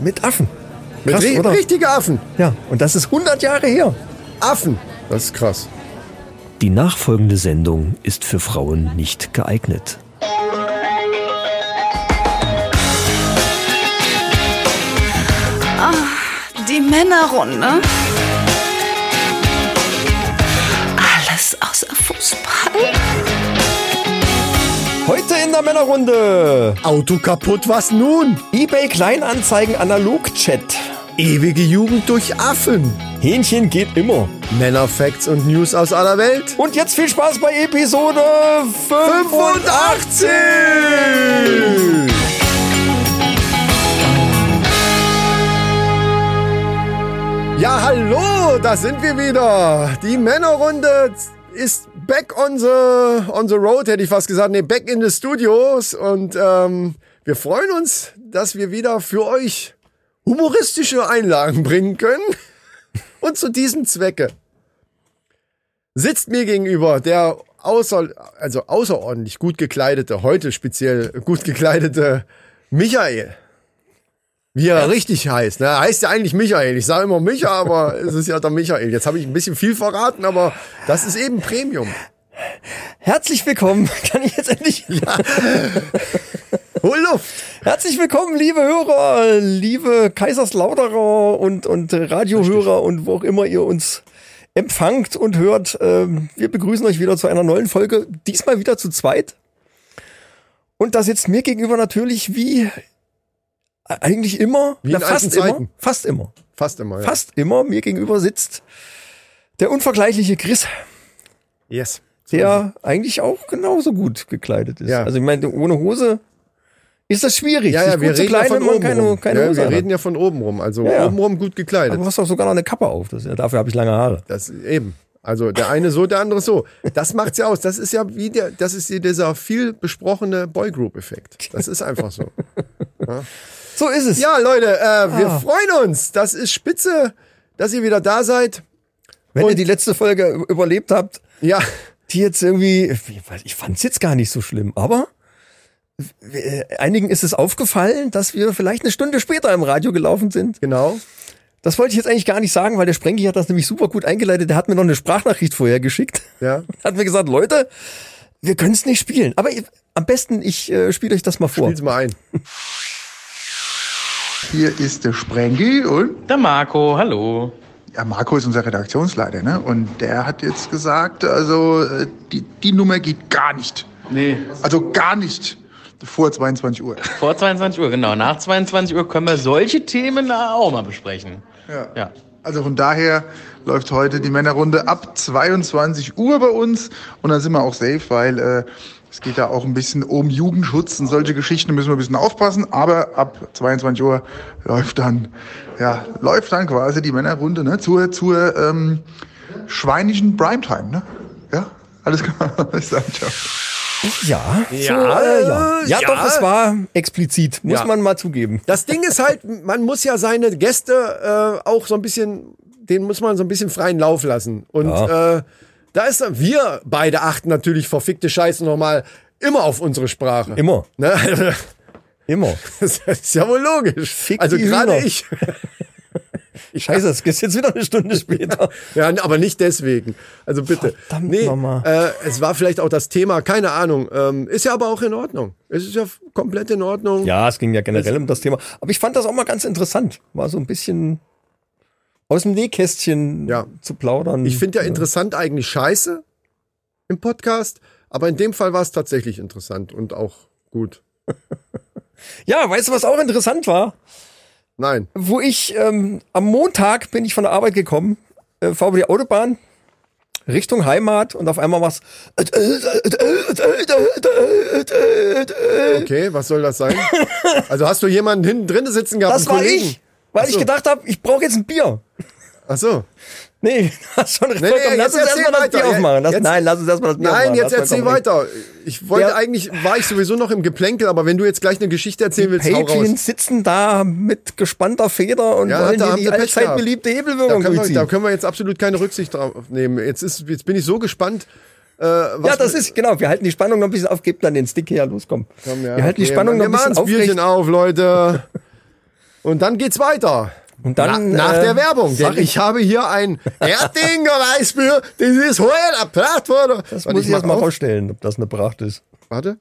Mit Affen. Krass, Mit richtige Affen. Ja, und das ist 100 Jahre her. Affen. Das ist krass. Die nachfolgende Sendung ist für Frauen nicht geeignet. Die Männerrunde. Alles außer Fußball. Heute in der Männerrunde. Auto kaputt, was nun? eBay Kleinanzeigen Analog-Chat. Ewige Jugend durch Affen. Hähnchen geht immer. Männerfacts und News aus aller Welt. Und jetzt viel Spaß bei Episode 85! Ja, hallo, da sind wir wieder. Die Männerrunde ist back on the road, hätte ich fast gesagt. Nee, back in the studios. Und wir freuen uns, dass wir wieder für euch humoristische Einlagen bringen können. Und zu diesem Zwecke sitzt mir gegenüber der außerordentlich gut gekleidete, heute speziell gut gekleidete Michael. Wie er richtig heißt. Ne? Er heißt ja eigentlich Michael. Ich sage immer Micha, aber es ist ja der Michael. Jetzt habe ich ein bisschen viel verraten, aber das ist eben Premium. Herzlich willkommen. Kann ich jetzt endlich... Ja. Hol Luft. Herzlich willkommen, liebe Hörer, liebe Kaiserslauterer und Radiohörer und wo auch immer ihr uns empfangt und hört. Wir begrüßen euch wieder zu einer neuen Folge. Diesmal wieder zu zweit. Und da sitzt mir gegenüber natürlich wie... Eigentlich immer, wie in fast Zeiten. immer. Fast immer, ja. Fast immer mir gegenüber sitzt der unvergleichliche Chris. Yes. Der eigentlich auch genauso gut gekleidet ist. Ja. Also ich meine, ohne Hose ist das schwierig. Ja, wir reden ja von oben rum. Keine Hose wir reden ja von oben rum. Also obenrum gut gekleidet. Aber du hast doch sogar noch eine Kappe auf. Dafür habe ich lange Haare. Das eben. Also der eine so, der andere so. Das macht's ja aus. Das ist ja dieser viel besprochene Boygroup-Effekt. Das ist einfach so. Ja. So ist es. Ja, Leute, wir freuen uns. Das ist spitze, dass ihr wieder da seid. Wenn ihr die letzte Folge überlebt habt, ja, die jetzt irgendwie, ich fand's jetzt gar nicht so schlimm, aber einigen ist es aufgefallen, dass wir vielleicht eine Stunde später im Radio gelaufen sind. Genau. Das wollte ich jetzt eigentlich gar nicht sagen, weil der Sprengi hat das nämlich super gut eingeleitet. Der hat mir noch eine Sprachnachricht vorher geschickt. Ja. Hat mir gesagt, Leute, wir können es nicht spielen. Aber am besten, ich spiele euch das mal vor. Spiel's mal ein. Hier ist der Sprengi und... Der Marco, hallo. Ja, Marco ist unser Redaktionsleiter, ne? Und der hat jetzt gesagt, also die Nummer geht gar nicht. Nee. Also gar nicht vor 22 Uhr. Vor 22 Uhr, genau. Nach 22 Uhr können wir solche Themen auch mal besprechen. Ja. Also von daher läuft heute die Männerrunde ab 22 Uhr bei uns. Und dann sind wir auch safe, weil es geht da auch ein bisschen um Jugendschutz und solche Geschichten, müssen wir ein bisschen aufpassen. Aber ab 22 Uhr läuft dann quasi die Männerrunde, ne, zur schweinischen Primetime, ne? Ja, alles klar. Ja, doch, es war explizit, muss man mal zugeben. Das Ding ist halt, man muss ja seine Gäste auch so ein bisschen, denen muss man so ein bisschen freien Lauf lassen. Und da ist wir beide achten natürlich verfickte Scheiße nochmal immer auf unsere Sprache. Immer. Ne? Immer. Das ist ja wohl logisch. Fick also die gerade Hühner. ich. Scheiße, es ist jetzt wieder eine Stunde später. Ja, aber nicht deswegen. Also bitte. Verdammt, Mama. Es war vielleicht auch das Thema, keine Ahnung. Ist ja aber auch in Ordnung. Es ist ja komplett in Ordnung. Ja, es ging ja generell um das Thema. Aber ich fand das auch mal ganz interessant. War so ein bisschen aus dem Nähkästchen zu plaudern. Ich finde ja interessant eigentlich scheiße im Podcast. Aber in dem Fall war es tatsächlich interessant und auch gut. Ja, weißt du, was auch interessant war? Nein. Wo ich am Montag bin ich von der Arbeit gekommen, fahre über die Autobahn Richtung Heimat und auf einmal war's. Okay, was soll das sein? Also hast du jemanden hinten drin sitzen gehabt? Das war ich, weil ich gedacht habe, ich brauche jetzt ein Bier. Ach so. Nee, hast schon vollkommen. Lass uns erstmal das Bier aufmachen. Lass uns erstmal das Bier aufmachen. Nein, jetzt erzähl weiter. Ich wollte war ich sowieso noch im Geplänkel, aber wenn du jetzt gleich eine Geschichte erzählen willst, hau raus. Patreons sitzen da mit gespannter Feder und wollen dir die allzeit beliebte Hebelwirkung durchziehen. Da können wir jetzt absolut keine Rücksicht drauf nehmen. Jetzt bin ich so gespannt. Das ist, genau, wir halten die Spannung noch ein bisschen auf, gebt dann den Stick her, los, komm. Wir halten die Spannung noch ein bisschen auf. Wir machen das Bierchen auf, Leute. Und dann geht's weiter. Und dann nach der Werbung. Denn ich habe hier ein Erdinger Weißbier, das ist heute erbracht worden. Das Warte, muss ich erst mal auf. vorstellen, ob das eine Pracht ist. Warte.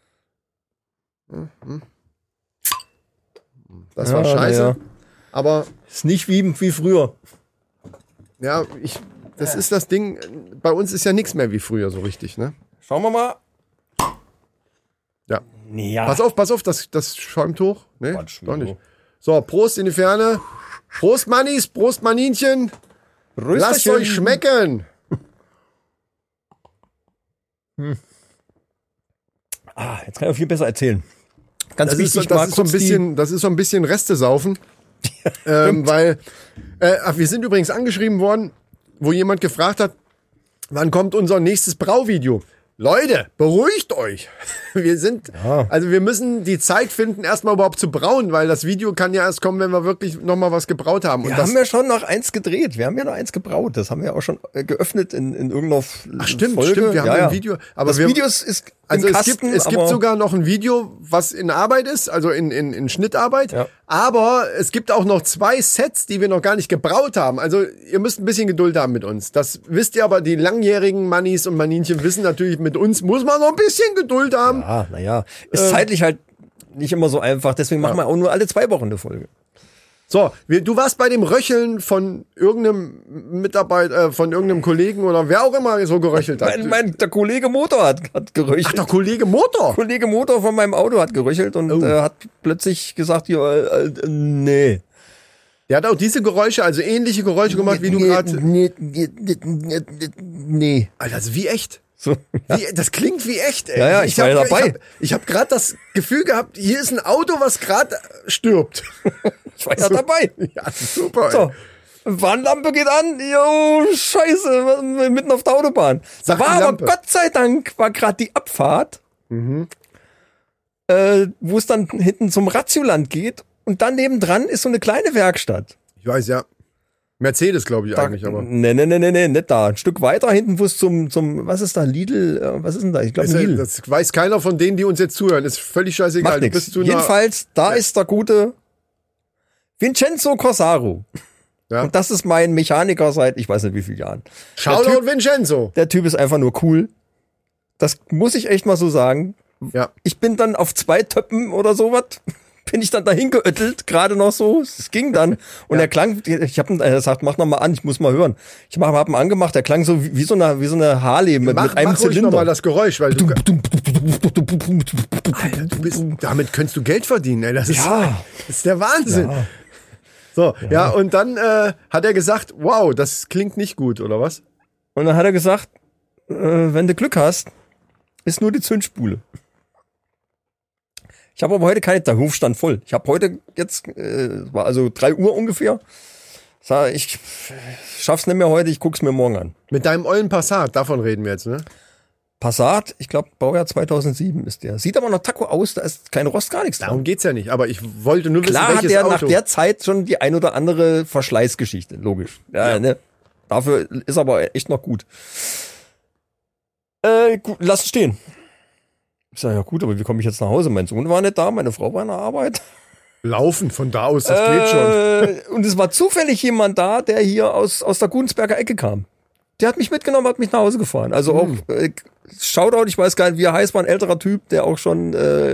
Das war scheiße. Ja. Aber Ist nicht wie früher. ja, das ist das Ding. Bei uns ist ja nichts mehr wie früher so richtig, ne? Schauen wir mal. Ja. Ja. Pass auf, das schäumt hoch. Ne, Quatsch, doch nicht. wieso? So, Prost in die Ferne. Prost, Mannis, Prost, Maninchen. Lasst Rösterchen. euch schmecken. Jetzt kann ich auch viel besser erzählen. Ganz Das ist, wichtig, das ist so ein bisschen Reste-Saufen. Weil wir sind übrigens angeschrieben worden, wo jemand gefragt hat, wann kommt unser nächstes Brauvideo? Leute, beruhigt euch. Wir müssen die Zeit finden, erstmal überhaupt zu brauen, weil das Video kann ja erst kommen, wenn wir wirklich nochmal was gebraut haben. Wir haben ja schon noch eins gedreht. Wir haben ja noch eins gebraut. Das haben wir auch schon geöffnet in irgendeiner Stimmt, Folge. wir haben ein Video. Aber das Video ist also im es Kasten, gibt aber sogar noch ein Video, was in Arbeit ist, also in Schnittarbeit. Ja. Aber es gibt auch noch 2 Sets, die wir noch gar nicht gebraut haben. Also ihr müsst ein bisschen Geduld haben mit uns. Das wisst ihr, aber die langjährigen Mannis und Maninchen wissen natürlich, mit uns muss man noch ein bisschen Geduld haben. naja, ist zeitlich halt nicht immer so einfach. Deswegen machen wir auch nur alle 2 Wochen eine Folge. So, du warst bei dem Röcheln von irgendeinem Mitarbeiter, von irgendeinem Kollegen oder wer auch immer so geröchelt hat. Der Kollege Motor hat geröchelt. Ach, der Kollege Motor. Kollege Motor von meinem Auto hat geröchelt und hat plötzlich gesagt, nee. Der hat auch diese Geräusche, also ähnliche Geräusche gemacht, wie du gerade. Nee. Alter, also wie echt. So, Das klingt wie echt, ey. Ja, ich war ja dabei. Ich hab gerade das Gefühl gehabt, hier ist ein Auto, was gerade stirbt. ich war ja dabei. Ja, super. So, Warnlampe geht an. Jo, scheiße, mitten auf der Autobahn. Sag Da war die aber Lampe. Gott sei Dank war gerade die Abfahrt, wo es dann hinten zum Ratioland geht und dann nebendran ist so eine kleine Werkstatt. Ich weiß, ja. Mercedes, glaube ich, eigentlich, aber. Nee, nicht da. Ein Stück weiter hinten, wo es zum, was ist da, Lidl, was ist denn da? Ich glaube Lidl. Das weiß keiner von denen, die uns jetzt zuhören. Ist völlig scheißegal. Macht Du bist nichts. zu nah- Jedenfalls, da ist der gute Vincenzo Corsaro. Ja. Und das ist mein Mechaniker seit, ich weiß nicht wie vielen Jahren. Shoutout Vincenzo. Der Typ ist einfach nur cool. Das muss ich echt mal so sagen. Ja. Ich bin dann auf 2 Töppen oder sowas, bin ich dann dahin geöttelt, gerade noch so. Es ging dann. Und er klang, ich habe gesagt, mach noch mal an, ich muss mal hören. Ich hab ihn angemacht, der klang so wie so eine Harley mit einem Mach ruhig noch Zylinder. mal das Geräusch, weil Alter, damit könntest du Geld verdienen, ey. Das ist der Wahnsinn. Ja. So, ja, und dann hat er gesagt, wow, das klingt nicht gut, oder was? Und dann hat er gesagt, wenn du Glück hast, ist nur die Zündspule. Ich habe aber heute der Hof stand voll. Ich habe heute jetzt, war also 3 Uhr ungefähr, sag ich schaff's nicht mehr heute, ich guck's mir morgen an. Mit deinem ollen Passat, davon reden wir jetzt, ne? Passat, ich glaube Baujahr 2007 ist der. Sieht aber noch Taco aus, da ist kein Rost, gar nichts Darum dran. geht's ja nicht, aber ich wollte nur Klar wissen, hat welches der Auto. nach der Zeit schon die ein oder andere Verschleißgeschichte, logisch. Ja. Ne? Dafür ist aber echt noch gut. Gut, lass es stehen. Ich sag, ja gut, aber wie komme ich jetzt nach Hause? Mein Sohn war nicht da, meine Frau war in der Arbeit. Laufen von da aus, das geht schon. Und es war zufällig jemand da, der hier aus der Gudensberger Ecke kam. Der hat mich mitgenommen, hat mich nach Hause gefahren. Also auch Shoutout, ich weiß gar nicht, wie er heißt, war ein älterer Typ, der auch schon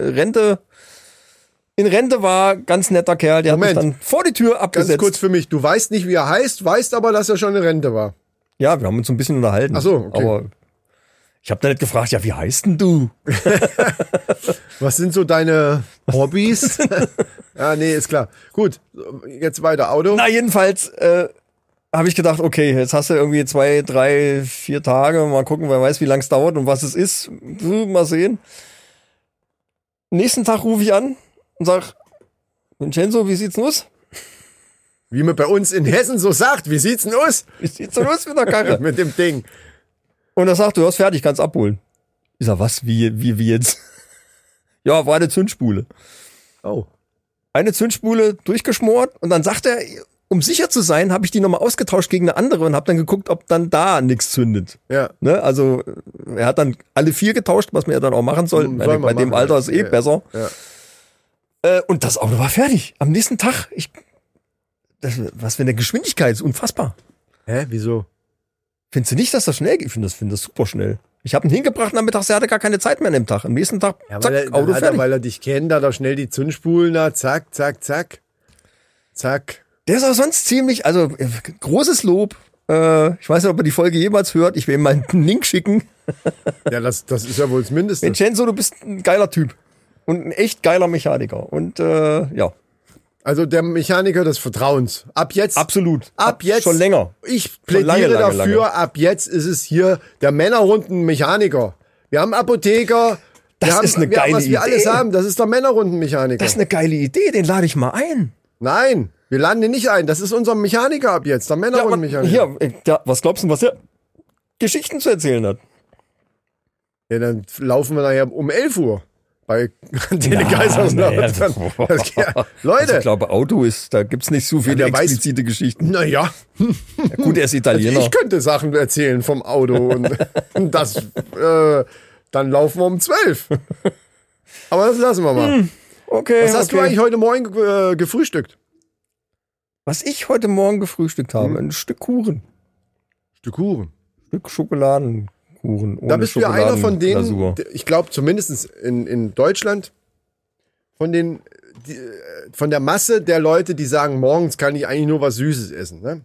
in Rente war, ganz netter Kerl, der Moment. hat mich dann vor die Tür abgesetzt. Ganz kurz für mich, du weißt nicht, wie er heißt, weißt aber, dass er schon in Rente war. Ja, wir haben uns so ein bisschen unterhalten. Ach so, okay. Aber ich habe da nicht gefragt, ja, wie heißt denn du? Was sind so deine Hobbys? Ja, nee, ist klar. Gut, jetzt weiter, Auto. Na, jedenfalls habe ich gedacht, okay, jetzt hast du irgendwie 2, 3, 4 Tage, mal gucken, wer weiß, wie lang es dauert und was es ist. Mal sehen. Nächsten Tag rufe ich an und sag, Vincenzo, wie sieht's denn aus? Wie man bei uns in Hessen so sagt, wie sieht's denn aus? Wie sieht's denn aus mit der Karre? Mit dem Ding. Und er sagt, du hast fertig, kannst abholen. Ich sag, was, wie jetzt? Ja, war eine Zündspule. Oh. Eine Zündspule durchgeschmort und dann sagt er, um sicher zu sein, habe ich die nochmal ausgetauscht gegen eine andere und habe dann geguckt, ob dann da nichts zündet. Ja. Ne? Also er hat dann alle 4 getauscht, was man ja dann auch machen soll. Soll man Bei dem machen, Alter ist ja. besser. Ja. Und das Auto war fertig. Am nächsten Tag, was für eine Geschwindigkeit, ist unfassbar. Hä, wieso? Findest du nicht, dass das schnell geht? Ich finde das super schnell. Ich habe ihn hingebracht nachmittags, er hatte gar keine Zeit mehr an dem Tag. Am nächsten Tag, Ja, zack, weil Auto fertig. weil er dich kennt, da schnell die Zündspulen da, zack, zack, zack. Zack. Der ist auch sonst ziemlich, also großes Lob. Ich weiß nicht, ob er die Folge jemals hört. Ich will ihm mal einen Link schicken. Ja, das ist ja wohl das Mindeste. Vincenzo, du bist ein geiler Typ. Und ein echt geiler Mechaniker. Und ja. Also der Mechaniker des Vertrauens. Ab jetzt. Absolut. Ab jetzt. Schon länger. Ich plädiere dafür, ab jetzt ist es hier der Männerrunden-Mechaniker. Wir haben Apotheker. Das ist eine geile was wir Idee. alles haben, das ist der Männerrunden-Mechaniker. Das ist eine geile Idee, den lade ich mal ein. Nein, wir laden den nicht ein. Das ist unser Mechaniker ab jetzt, der Männerrunden-Mechaniker. Hier, was glaubst du, was der Geschichten zu erzählen hat? Ja, dann laufen wir nachher um 11 Uhr. Bei Antenne Ja, Kaiserslautern. nee, Leute, Also ich glaube, Auto da gibt's nicht so viele der weiß- explizite Geschichten. naja, Ja, gut, er ist Italiener. ich könnte Sachen erzählen vom Auto und das, dann laufen wir um 12. Aber das lassen wir mal. Okay, Was hast du eigentlich heute Morgen gefrühstückt? Was ich heute Morgen gefrühstückt habe, ein Stück Kuchen. Stück Kuchen. Stück Schokoladenkuchen. Ohne Da bist du ja einer von denen, Schokoladenglasur. ich glaube zumindest in Deutschland, von der Masse der Leute, die sagen, morgens kann ich eigentlich nur was Süßes essen. Ne?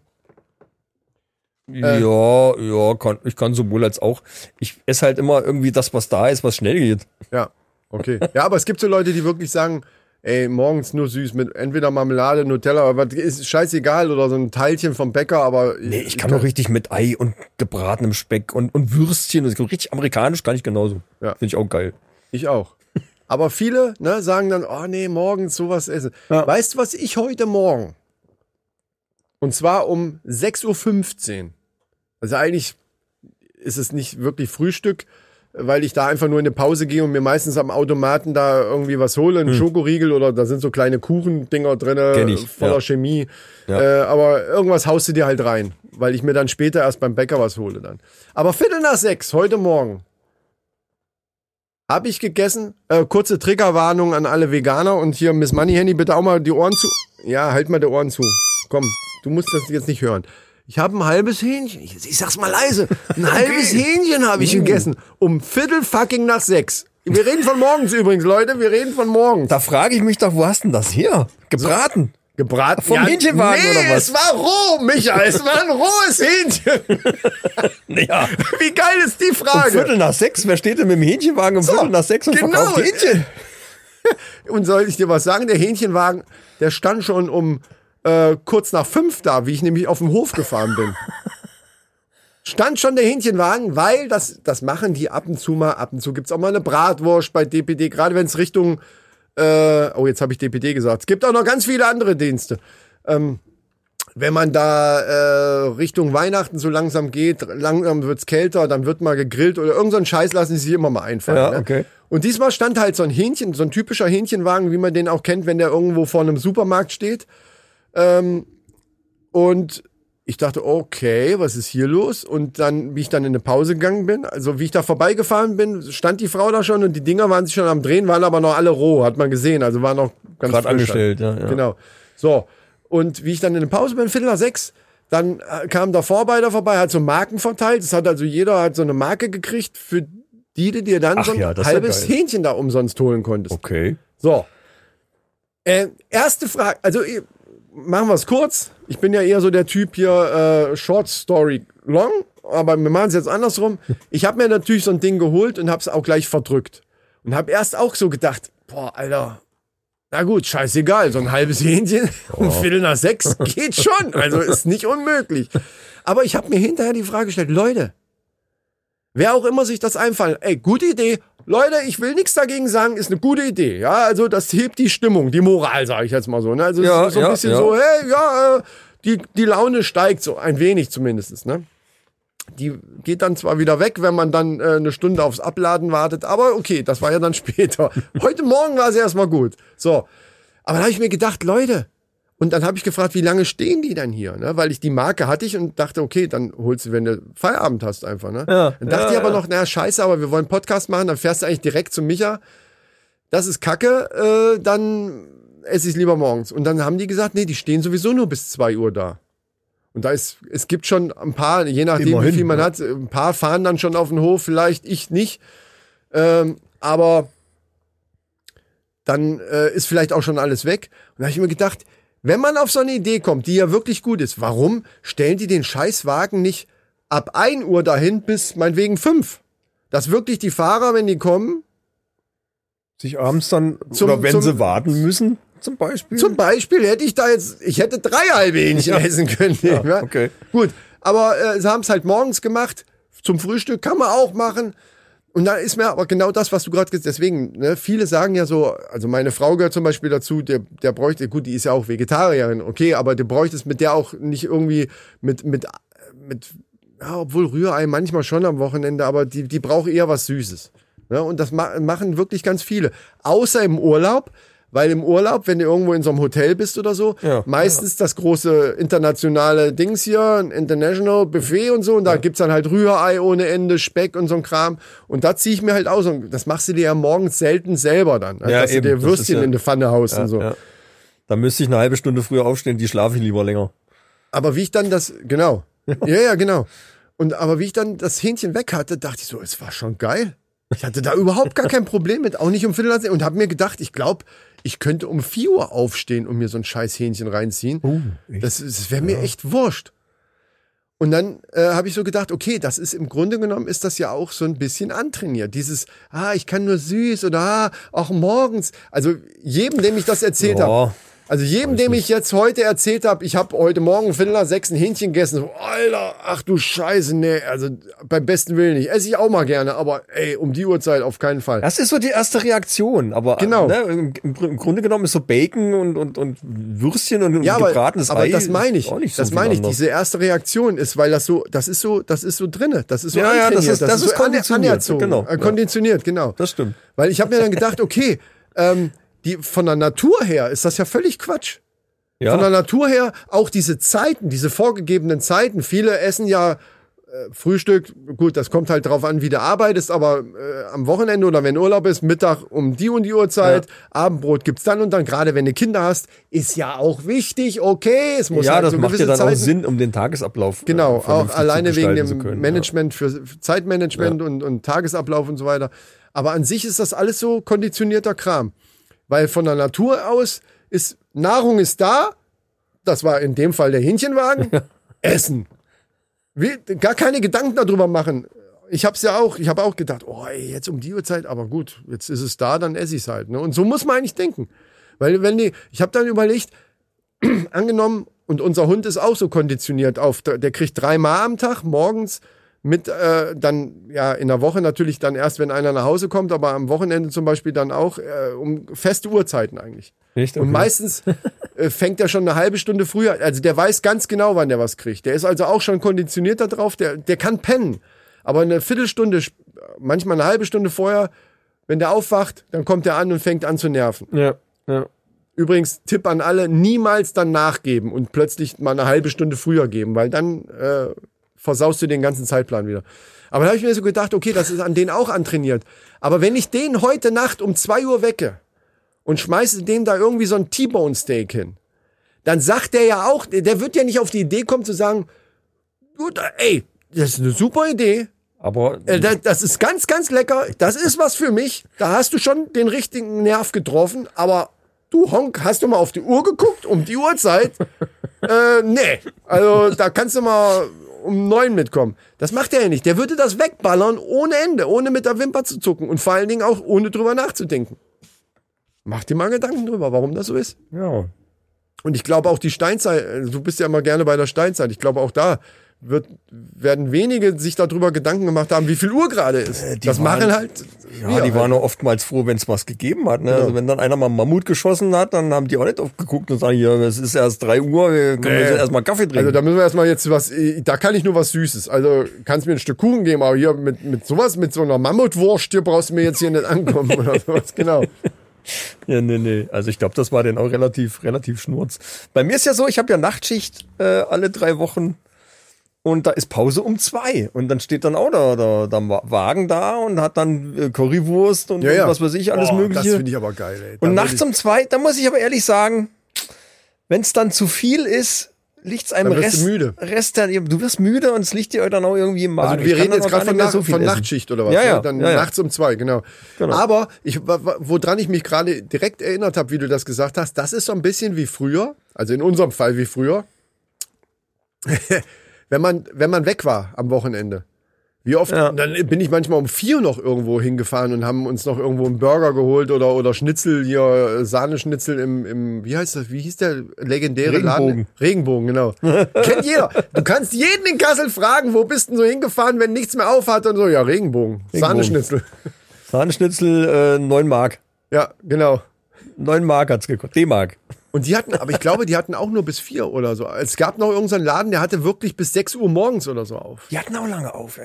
Ich kann sowohl als auch. Ich esse halt immer irgendwie das, was da ist, was schnell geht. Ja, okay. Ja, aber es gibt so Leute, die wirklich sagen, ey, morgens nur süß mit entweder Marmelade, Nutella, aber ist scheißegal oder so ein Teilchen vom Bäcker, aber Nee, ich kann doch richtig mit Ei und gebratenem Speck und Würstchen. Und richtig amerikanisch kann ich genauso. Ja. Finde ich auch geil. Ich auch. Aber viele sagen dann, oh nee, morgens sowas essen. Ja. Weißt du, was ich heute Morgen? Und zwar um 6:15 Uhr. Also eigentlich ist es nicht wirklich Frühstück, weil ich da einfach nur in eine Pause gehe und mir meistens am Automaten da irgendwie was hole, einen Schokoriegel oder da sind so kleine Kuchendinger Kenn drin, ich, voller ja. Chemie. Ja. Aber irgendwas haust du dir halt rein, weil ich mir dann später erst beim Bäcker was hole dann. Aber 5:45 heute Morgen habe ich gegessen. Kurze Triggerwarnung an alle Veganer und hier Miss Money Henny, bitte auch mal die Ohren zu. Ja, halt mal die Ohren zu. Komm, du musst das jetzt nicht hören. Ich habe ein halbes Hähnchen, ich sag's mal leise, ein halbes Hähnchen habe ich gegessen. Um 5:15. Wir reden von morgens übrigens, Leute, wir reden von morgens. Da frage ich mich doch, wo hast denn das her? Gebraten. Gebraten. Vom Hähnchenwagen nee, oder was? es war roh, Micha, es war ein rohes Hähnchen. Ja. Wie geil ist die Um Frage? 5:45, wer steht denn mit dem Hähnchenwagen um 5:45 und genau. verkauft Hähnchen? Und soll ich dir was sagen, der Hähnchenwagen, der stand schon um kurz nach 5 da, wie ich nämlich auf den Hof gefahren bin. Stand schon der Hähnchenwagen, weil das machen die ab und zu mal. Ab und zu gibt's auch mal eine Bratwurst bei DPD, gerade wenn es Richtung, jetzt habe ich DPD gesagt. Es gibt auch noch ganz viele andere Dienste. Wenn man da Richtung Weihnachten so langsam geht, langsam wird's kälter, dann wird mal gegrillt oder irgend so einen Scheiß lassen sie sich immer mal einfallen. Ja, ne? okay. Und diesmal stand halt so ein Hähnchen, so ein typischer Hähnchenwagen, wie man den auch kennt, wenn der irgendwo vor einem Supermarkt steht. Und ich dachte, okay, was ist hier los? Und dann, wie ich dann in eine Pause gegangen bin, also wie ich da vorbeigefahren bin, stand die Frau da schon und die Dinger waren sich schon am Drehen, waren aber noch alle roh, hat man gesehen, also waren noch ganz Gerade frisch. angestellt, ja. Genau. So, und wie ich dann in eine Pause bin, 5:45, dann kam der Vorarbeiter vorbei, hat so Marken verteilt, es hat also jeder hat so eine Marke gekriegt, für die du dir dann Ach so ein ja, das ist ja halbes geil. Hähnchen da umsonst holen konntest. Okay. So. Erste Frage, also machen wir es kurz. Ich bin ja eher so der Typ hier, Short Story Long, aber wir machen es jetzt andersrum. Ich habe mir natürlich so ein Ding geholt und habe es auch gleich verdrückt. Und habe erst auch so gedacht, boah, Alter, na gut, scheißegal, so ein halbes Hähnchen, um 5:45 geht schon, also ist nicht unmöglich. Aber ich habe mir hinterher die Frage gestellt, Leute, wer auch immer sich das einfallen, ey, gute Idee. Leute, ich will nichts dagegen sagen, ist eine gute Idee. Ja, also das hebt die Stimmung, die Moral, sage ich jetzt mal so. Ne? Also Ja, es ist so ein ja, bisschen ja. so, hey, ja, die Laune steigt so ein wenig zumindest. Ne? Die geht dann zwar wieder weg, wenn man dann eine Stunde aufs Abladen wartet, aber okay, das war ja dann später. Heute Morgen war es erstmal gut. So, aber dann habe ich mir gedacht, Leute, und dann habe ich gefragt, wie lange stehen die denn hier? Ne? Weil ich die Marke hatte ich und dachte, okay, dann holst du, wenn du Feierabend hast einfach. Ne? Ja, Dann dachte ich aber noch, naja, scheiße, aber wir wollen einen Podcast machen, dann fährst du eigentlich direkt zu Micha. das ist Kacke, dann esse ich es lieber morgens. Und dann haben die gesagt, nee, die stehen sowieso nur bis 2 Uhr da. Und es gibt schon ein paar, je nachdem, Immerhin, wie viel man hat, ein paar fahren dann schon auf den Hof, vielleicht ich nicht. Aber dann ist vielleicht auch schon alles weg. Und da habe ich mir gedacht, wenn man auf so eine Idee kommt, die ja wirklich gut ist, warum stellen die den Scheißwagen nicht ab 1 Uhr dahin bis meinetwegen 5? Dass wirklich die Fahrer, wenn die kommen, sich abends dann, oder wenn sie warten müssen, zum Beispiel hätte ich hätte 3 halbe Hähnchen essen können. Ja, okay. Gut, aber sie haben es halt morgens gemacht, zum Frühstück kann man auch machen. Und da ist mir aber genau das, was du gerade gesagt hast. Deswegen, ne, viele sagen ja so, also meine Frau gehört zum Beispiel dazu, der bräuchte, gut, die ist ja auch Vegetarierin, okay, aber du bräuchtest mit der auch nicht irgendwie mit ja, obwohl Rührei manchmal schon am Wochenende, aber die braucht eher was Süßes. Ne? Und das machen wirklich ganz viele. Außer im Urlaub, weil im Urlaub, wenn du irgendwo in so einem Hotel bist oder so, meistens das große internationale Dings hier, ein International Buffet und so, und da gibt's dann halt Rührei ohne Ende, Speck und so ein Kram. Und da ziehe ich mir halt aus. Und das machst du dir ja morgens selten selber dann. Also, dass du dir Würstchen in die Pfanne haust und so. Ja. Da müsste ich eine halbe Stunde früher aufstehen, die schlafe ich lieber länger. Aber wie ich dann genau. Ja, genau. Aber wie ich dann das Hähnchen weg hatte, dachte ich so, es war schon geil. Ich hatte da überhaupt gar kein Problem mit, auch nicht um 5:45 und habe mir gedacht, ich glaube, ich könnte um 4 Uhr aufstehen und mir so ein scheiß Hähnchen reinziehen. Das wäre mir echt wurscht. Und dann habe ich so gedacht, okay, das ist im Grunde genommen, ist das ja auch so ein bisschen antrainiert. Dieses, ich kann nur süß oder auch morgens. Also jedem, dem ich das erzählt habe, also jedem, dem ich jetzt heute erzählt habe, ich habe heute Morgen um 5:45 ein Hähnchen gegessen. So, Alter, ach du Scheiße, nee, also beim besten Willen nicht. Esse ich auch mal gerne, aber ey, um die Uhrzeit auf keinen Fall. Das ist so die erste Reaktion, aber genau. Ne, im Grunde genommen ist so Bacon und Würstchen und gebratenes Ei. Aber das meine ich, so diese erste Reaktion ist, weil das ist so drinne, das ist so antrainiert, das ist so konditioniert, genau. Konditioniert, genau. Das stimmt. Weil ich habe mir dann gedacht, okay, von der Natur her ist das ja völlig Quatsch. Ja. Von der Natur her auch diese Zeiten, diese vorgegebenen Zeiten. Viele essen ja Frühstück, gut, das kommt halt drauf an, wie du arbeitest, aber am Wochenende oder wenn Urlaub ist, Mittag um die und die Uhrzeit, Abendbrot gibt's dann und dann, gerade wenn du Kinder hast, ist ja auch wichtig, okay, es muss halt das so macht gewisse ja dann Zeiten, auch Sinn, um den Tagesablauf genau, auch alleine wegen dem können, Management für Zeitmanagement und Tagesablauf und so weiter. Aber an sich ist das alles so konditionierter Kram. Weil von der Natur aus Nahrung ist da, das war in dem Fall der Hähnchenwagen, Essen. Gar keine Gedanken darüber machen. Ich habe auch gedacht, jetzt um die Uhrzeit, aber gut, jetzt ist es da, dann esse ich es halt. Ne? Und so muss man eigentlich denken. Weil ich habe dann überlegt, angenommen, und unser Hund ist auch so konditioniert der kriegt 3-mal am Tag morgens, mit dann ja in der Woche natürlich dann erst, wenn einer nach Hause kommt, aber am Wochenende zum Beispiel dann auch um feste Uhrzeiten eigentlich. Echt? Okay. Und meistens fängt er schon eine halbe Stunde früher, also der weiß ganz genau, wann der was kriegt. Der ist also auch schon konditioniert darauf, der kann pennen. Aber eine Viertelstunde, manchmal eine halbe Stunde vorher, wenn der aufwacht, dann kommt er an und fängt an zu nerven. Ja. Übrigens, Tipp an alle, niemals dann nachgeben und plötzlich mal eine halbe Stunde früher geben, weil dann versaust du den ganzen Zeitplan wieder. Aber da habe ich mir so gedacht, okay, das ist an denen auch antrainiert. Aber wenn ich den heute Nacht um 2 Uhr wecke und schmeiße dem da irgendwie so ein T-Bone Steak hin, dann sagt der ja auch, der wird ja nicht auf die Idee kommen zu sagen, gut, ey, das ist eine super Idee. Aber das ist ganz, ganz lecker. Das ist was für mich. Da hast du schon den richtigen Nerv getroffen. Aber du Honk, hast du mal auf die Uhr geguckt um die Uhrzeit? Nee. Also da kannst du mal um 9 mitkommen. Das macht er ja nicht. Der würde das wegballern ohne Ende, ohne mit der Wimper zu zucken und vor allen Dingen auch ohne drüber nachzudenken. Mach dir mal Gedanken drüber, warum das so ist. Ja. Und ich glaube auch die Steinzeit, du bist ja immer gerne bei der Steinzeit, ich glaube auch da werden wenige sich darüber Gedanken gemacht haben, wie viel Uhr gerade ist. Das machen halt. Ja, die waren auch oftmals froh, wenn es was gegeben hat. Ne? Genau. Also wenn dann einer mal einen Mammut geschossen hat, dann haben die auch nicht aufgeguckt und sagen, hier, es ist erst 3 Uhr, wir können jetzt erstmal Kaffee trinken. Also da müssen wir erstmal jetzt da kann ich nur was Süßes. Also kannst mir ein Stück Kuchen geben, aber hier mit sowas, mit so einer Mammutwurst, hier brauchst du mir jetzt hier nicht ankommen oder sowas, genau. Ja, nee. Also ich glaube, das war dann auch relativ schnurz. Bei mir ist ja so, ich habe ja Nachtschicht alle 3 Wochen. Und da ist Pause um 2. Und dann steht dann auch der Wagen da und hat dann Currywurst und was weiß ich, alles Mögliche. Das finde ich aber geil, ey. Und nachts um 2, da muss ich aber ehrlich sagen, wenn es dann zu viel ist, liegt's einem dann wirst du müde. Du wirst müde und es liegt dir dann auch irgendwie im Magen. Also wir reden jetzt gerade von Nachtschicht oder was? Ja. Dann nachts um 2, genau. Aber woran ich mich gerade direkt erinnert habe, wie du das gesagt hast, das ist so ein bisschen wie früher, also in unserem Fall wie früher, wenn man weg war am Wochenende. Wie oft, dann bin ich manchmal um 4 noch irgendwo hingefahren und haben uns noch irgendwo einen Burger geholt oder Schnitzel hier, Sahneschnitzel im wie hieß der legendäre Laden? Regenbogen, genau. Kennt jeder. Du kannst jeden in Kassel fragen, wo bist denn so hingefahren, wenn nichts mehr aufhat und so, ja, Regenbogen. Sahneschnitzel. Sahneschnitzel, 9 Mark. Ja, genau. 9 Mark hat's gekostet, D-Mark. Und die hatten, aber ich glaube, die hatten auch nur bis 4 oder so. Es gab noch irgendeinen Laden, der hatte wirklich bis 6 Uhr morgens oder so auf. Die hatten auch lange auf.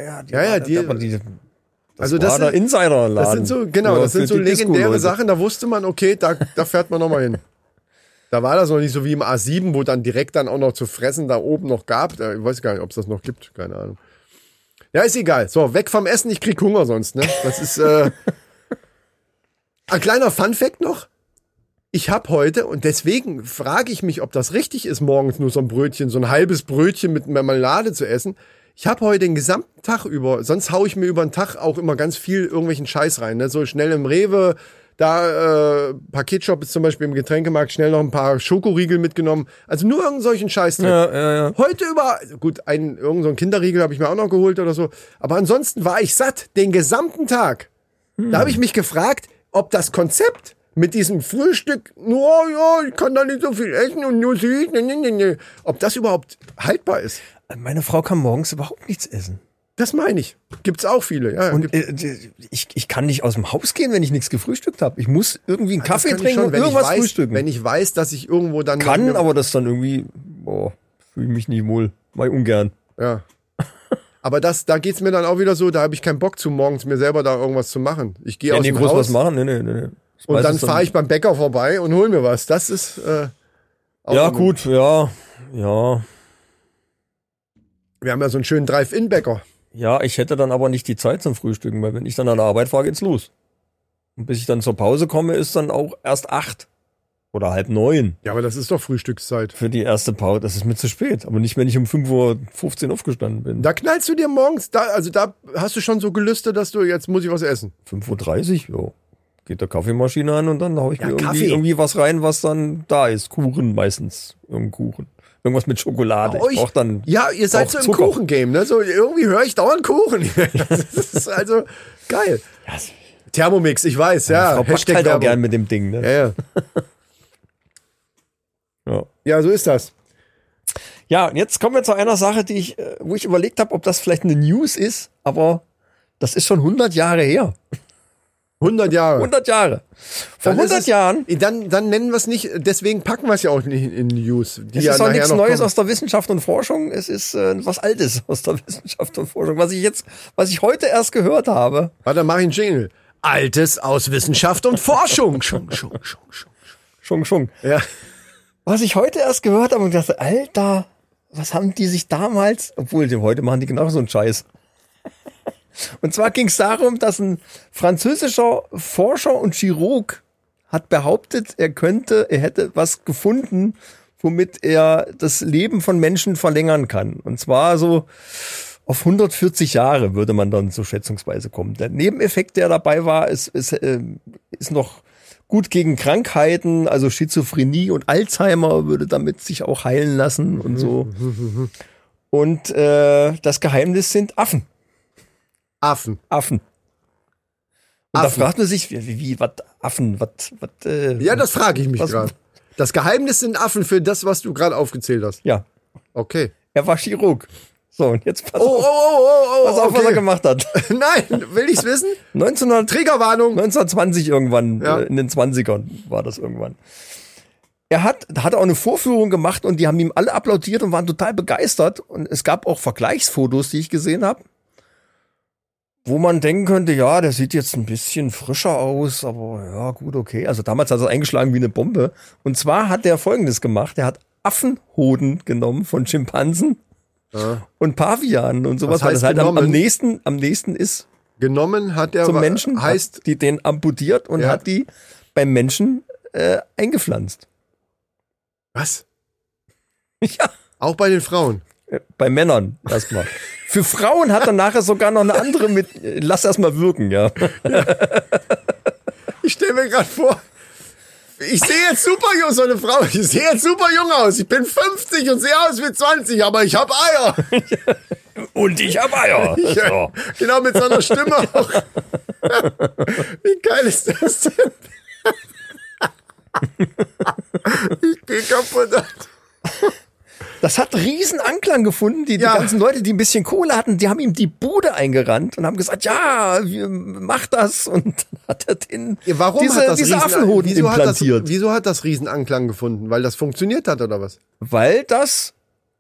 Also das war der Insiderladen. Das sind so, genau, das sind so legendäre Sachen, da wusste man, okay, da fährt man nochmal hin. Da war das noch nicht so wie im A7, wo dann direkt dann auch noch zu fressen da oben noch gab. Ich weiß gar nicht, ob es das noch gibt, keine Ahnung. Ja, ist egal. So, weg vom Essen, ich krieg Hunger sonst, ne? Das ist, ein kleiner Funfact noch. Ich habe heute, und deswegen frage ich mich, ob das richtig ist, morgens nur so ein Brötchen, so ein halbes Brötchen mit Marmelade zu essen. Ich habe heute den gesamten Tag über, sonst haue ich mir über den Tag auch immer ganz viel irgendwelchen Scheiß rein. Ne? So schnell im Rewe, da Paketshop ist zum Beispiel im Getränkemarkt, schnell noch ein paar Schokoriegel mitgenommen. Also nur irgendeinen solchen Scheiß drin. Ja. Heute gut, irgend so ein Kinderriegel habe ich mir auch noch geholt oder so. Aber ansonsten war ich satt, den gesamten Tag. Da habe ich mich gefragt, ob das Konzept mit diesem Frühstück, ich kann da nicht so viel essen und nur süß, ob das überhaupt haltbar ist. Meine Frau kann morgens überhaupt nichts essen. Das meine ich. Gibt's auch viele. Ja, und ich kann nicht aus dem Haus gehen, wenn ich nichts gefrühstückt habe. Ich muss irgendwie einen Kaffee trinken und irgendwas frühstücken. Wenn ich weiß, dass ich irgendwo dann... Kann, aber das dann irgendwie, fühle ich mich nicht wohl. Mal ungern. Ja. Aber da geht's mir dann auch wieder so, da habe ich keinen Bock zu, morgens mir selber da irgendwas zu machen. Ich gehe aus dem Haus. was machen? Nee. Und dann fahre ich beim Bäcker vorbei und hol mir was. Das ist auch ja, gut, ja. Wir haben ja so einen schönen Drive-In-Bäcker. Ja, ich hätte dann aber nicht die Zeit zum Frühstücken, weil wenn ich dann an der Arbeit fahre, geht's los. Und bis ich dann zur Pause komme, ist dann auch erst 8 oder 8:30. Ja, aber das ist doch Frühstückszeit. Für die erste Pause, das ist mir zu spät. Aber nicht, wenn ich um 5:15 Uhr aufgestanden bin. Da knallst du dir morgens, da hast du schon so gelüstet, dass du, jetzt muss ich was essen. 5:30 Uhr, ja. Geht der Kaffeemaschine an und dann hau ich mir irgendwie was rein, was dann da ist. Kuchen meistens. Irgendein Kuchen. Irgendwas mit Schokolade. Ich brauch dann ihr seid so im Kuchengame, ne? So, irgendwie höre ich dauernd Kuchen. Das ist also geil. Ja. Thermomix, ich weiß, ja. Frau backt halt auch gern mit dem Ding, ne? Ja. Ja, so ist das. Ja, und jetzt kommen wir zu einer Sache, wo ich überlegt habe, ob das vielleicht eine News ist, aber das ist schon 100 Jahre her. 100 Jahre. 100 Jahre. Vor 100 Jahren. Dann nennen wir es nicht, deswegen packen wir es ja auch nicht in News. Es ist auch nichts Neues aus der Wissenschaft und Forschung. Es ist was Altes aus der Wissenschaft und Forschung. Was ich heute erst gehört habe. Warte, dann mach ich einen Jingle. Altes aus Wissenschaft und Forschung. Schung. Ja. Was ich heute erst gehört habe und dachte, Alter, was haben die sich damals, obwohl heute machen die genau so einen Scheiß. Und zwar ging es darum, dass ein französischer Forscher und Chirurg hat behauptet, er hätte was gefunden, womit er das Leben von Menschen verlängern kann. Und zwar so auf 140 Jahre würde man dann so schätzungsweise kommen. Der Nebeneffekt, der dabei war, ist noch gut gegen Krankheiten, also Schizophrenie und Alzheimer würde damit sich auch heilen lassen und so. Und das Geheimnis sind Affen. Und da fragt man sich, was Affen, ja, das frage ich mich gerade. Das Geheimnis sind Affen für das, was du gerade aufgezählt hast. Ja. Okay. Er war Chirurg. So, und jetzt pass auf, okay. Was er gemacht hat. Nein, will ich's wissen? Triggerwarnung. 1920 irgendwann, in den 20ern war das irgendwann. Er hat auch eine Vorführung gemacht und die haben ihm alle applaudiert und waren total begeistert. Und es gab auch Vergleichsfotos, die ich gesehen habe, wo man denken könnte, ja, der sieht jetzt ein bisschen frischer aus, aber ja, gut, okay. Also damals hat er eingeschlagen wie eine Bombe. Und zwar hat er Folgendes gemacht. Er hat Affenhoden genommen von Schimpansen und Pavian und sowas, Was weil heißt das halt am genommen? nächsten ist Genommen hat er zum Menschen, heißt hat die den amputiert und Ja. hat die beim Menschen eingepflanzt. was? Ja, Auch bei den Frauen. bei Männern erstmal. Für Frauen hat er nachher sogar noch eine andere mit, lass erst mal wirken, ja. Ich stelle mir gerade vor, ich sehe jetzt super jung, so eine Frau, ich sehe jetzt super jung aus. Ich bin 50 und sehe aus wie 20, aber ich habe Eier. Und ich hab Eier. So. Genau, mit so einer Stimme auch. Wie geil ist das denn? Ich gehe kaputt. Das hat riesen Anklang gefunden. Die Ja. ganzen Leute, die ein bisschen Kohle hatten, die haben ihm die Bude eingerannt und haben gesagt, ja, mach das. Und dann hat er Warum hat das diese Affenhoden implantiert. Wieso hat das Riesenanklang gefunden? Weil das funktioniert hat oder was? Weil das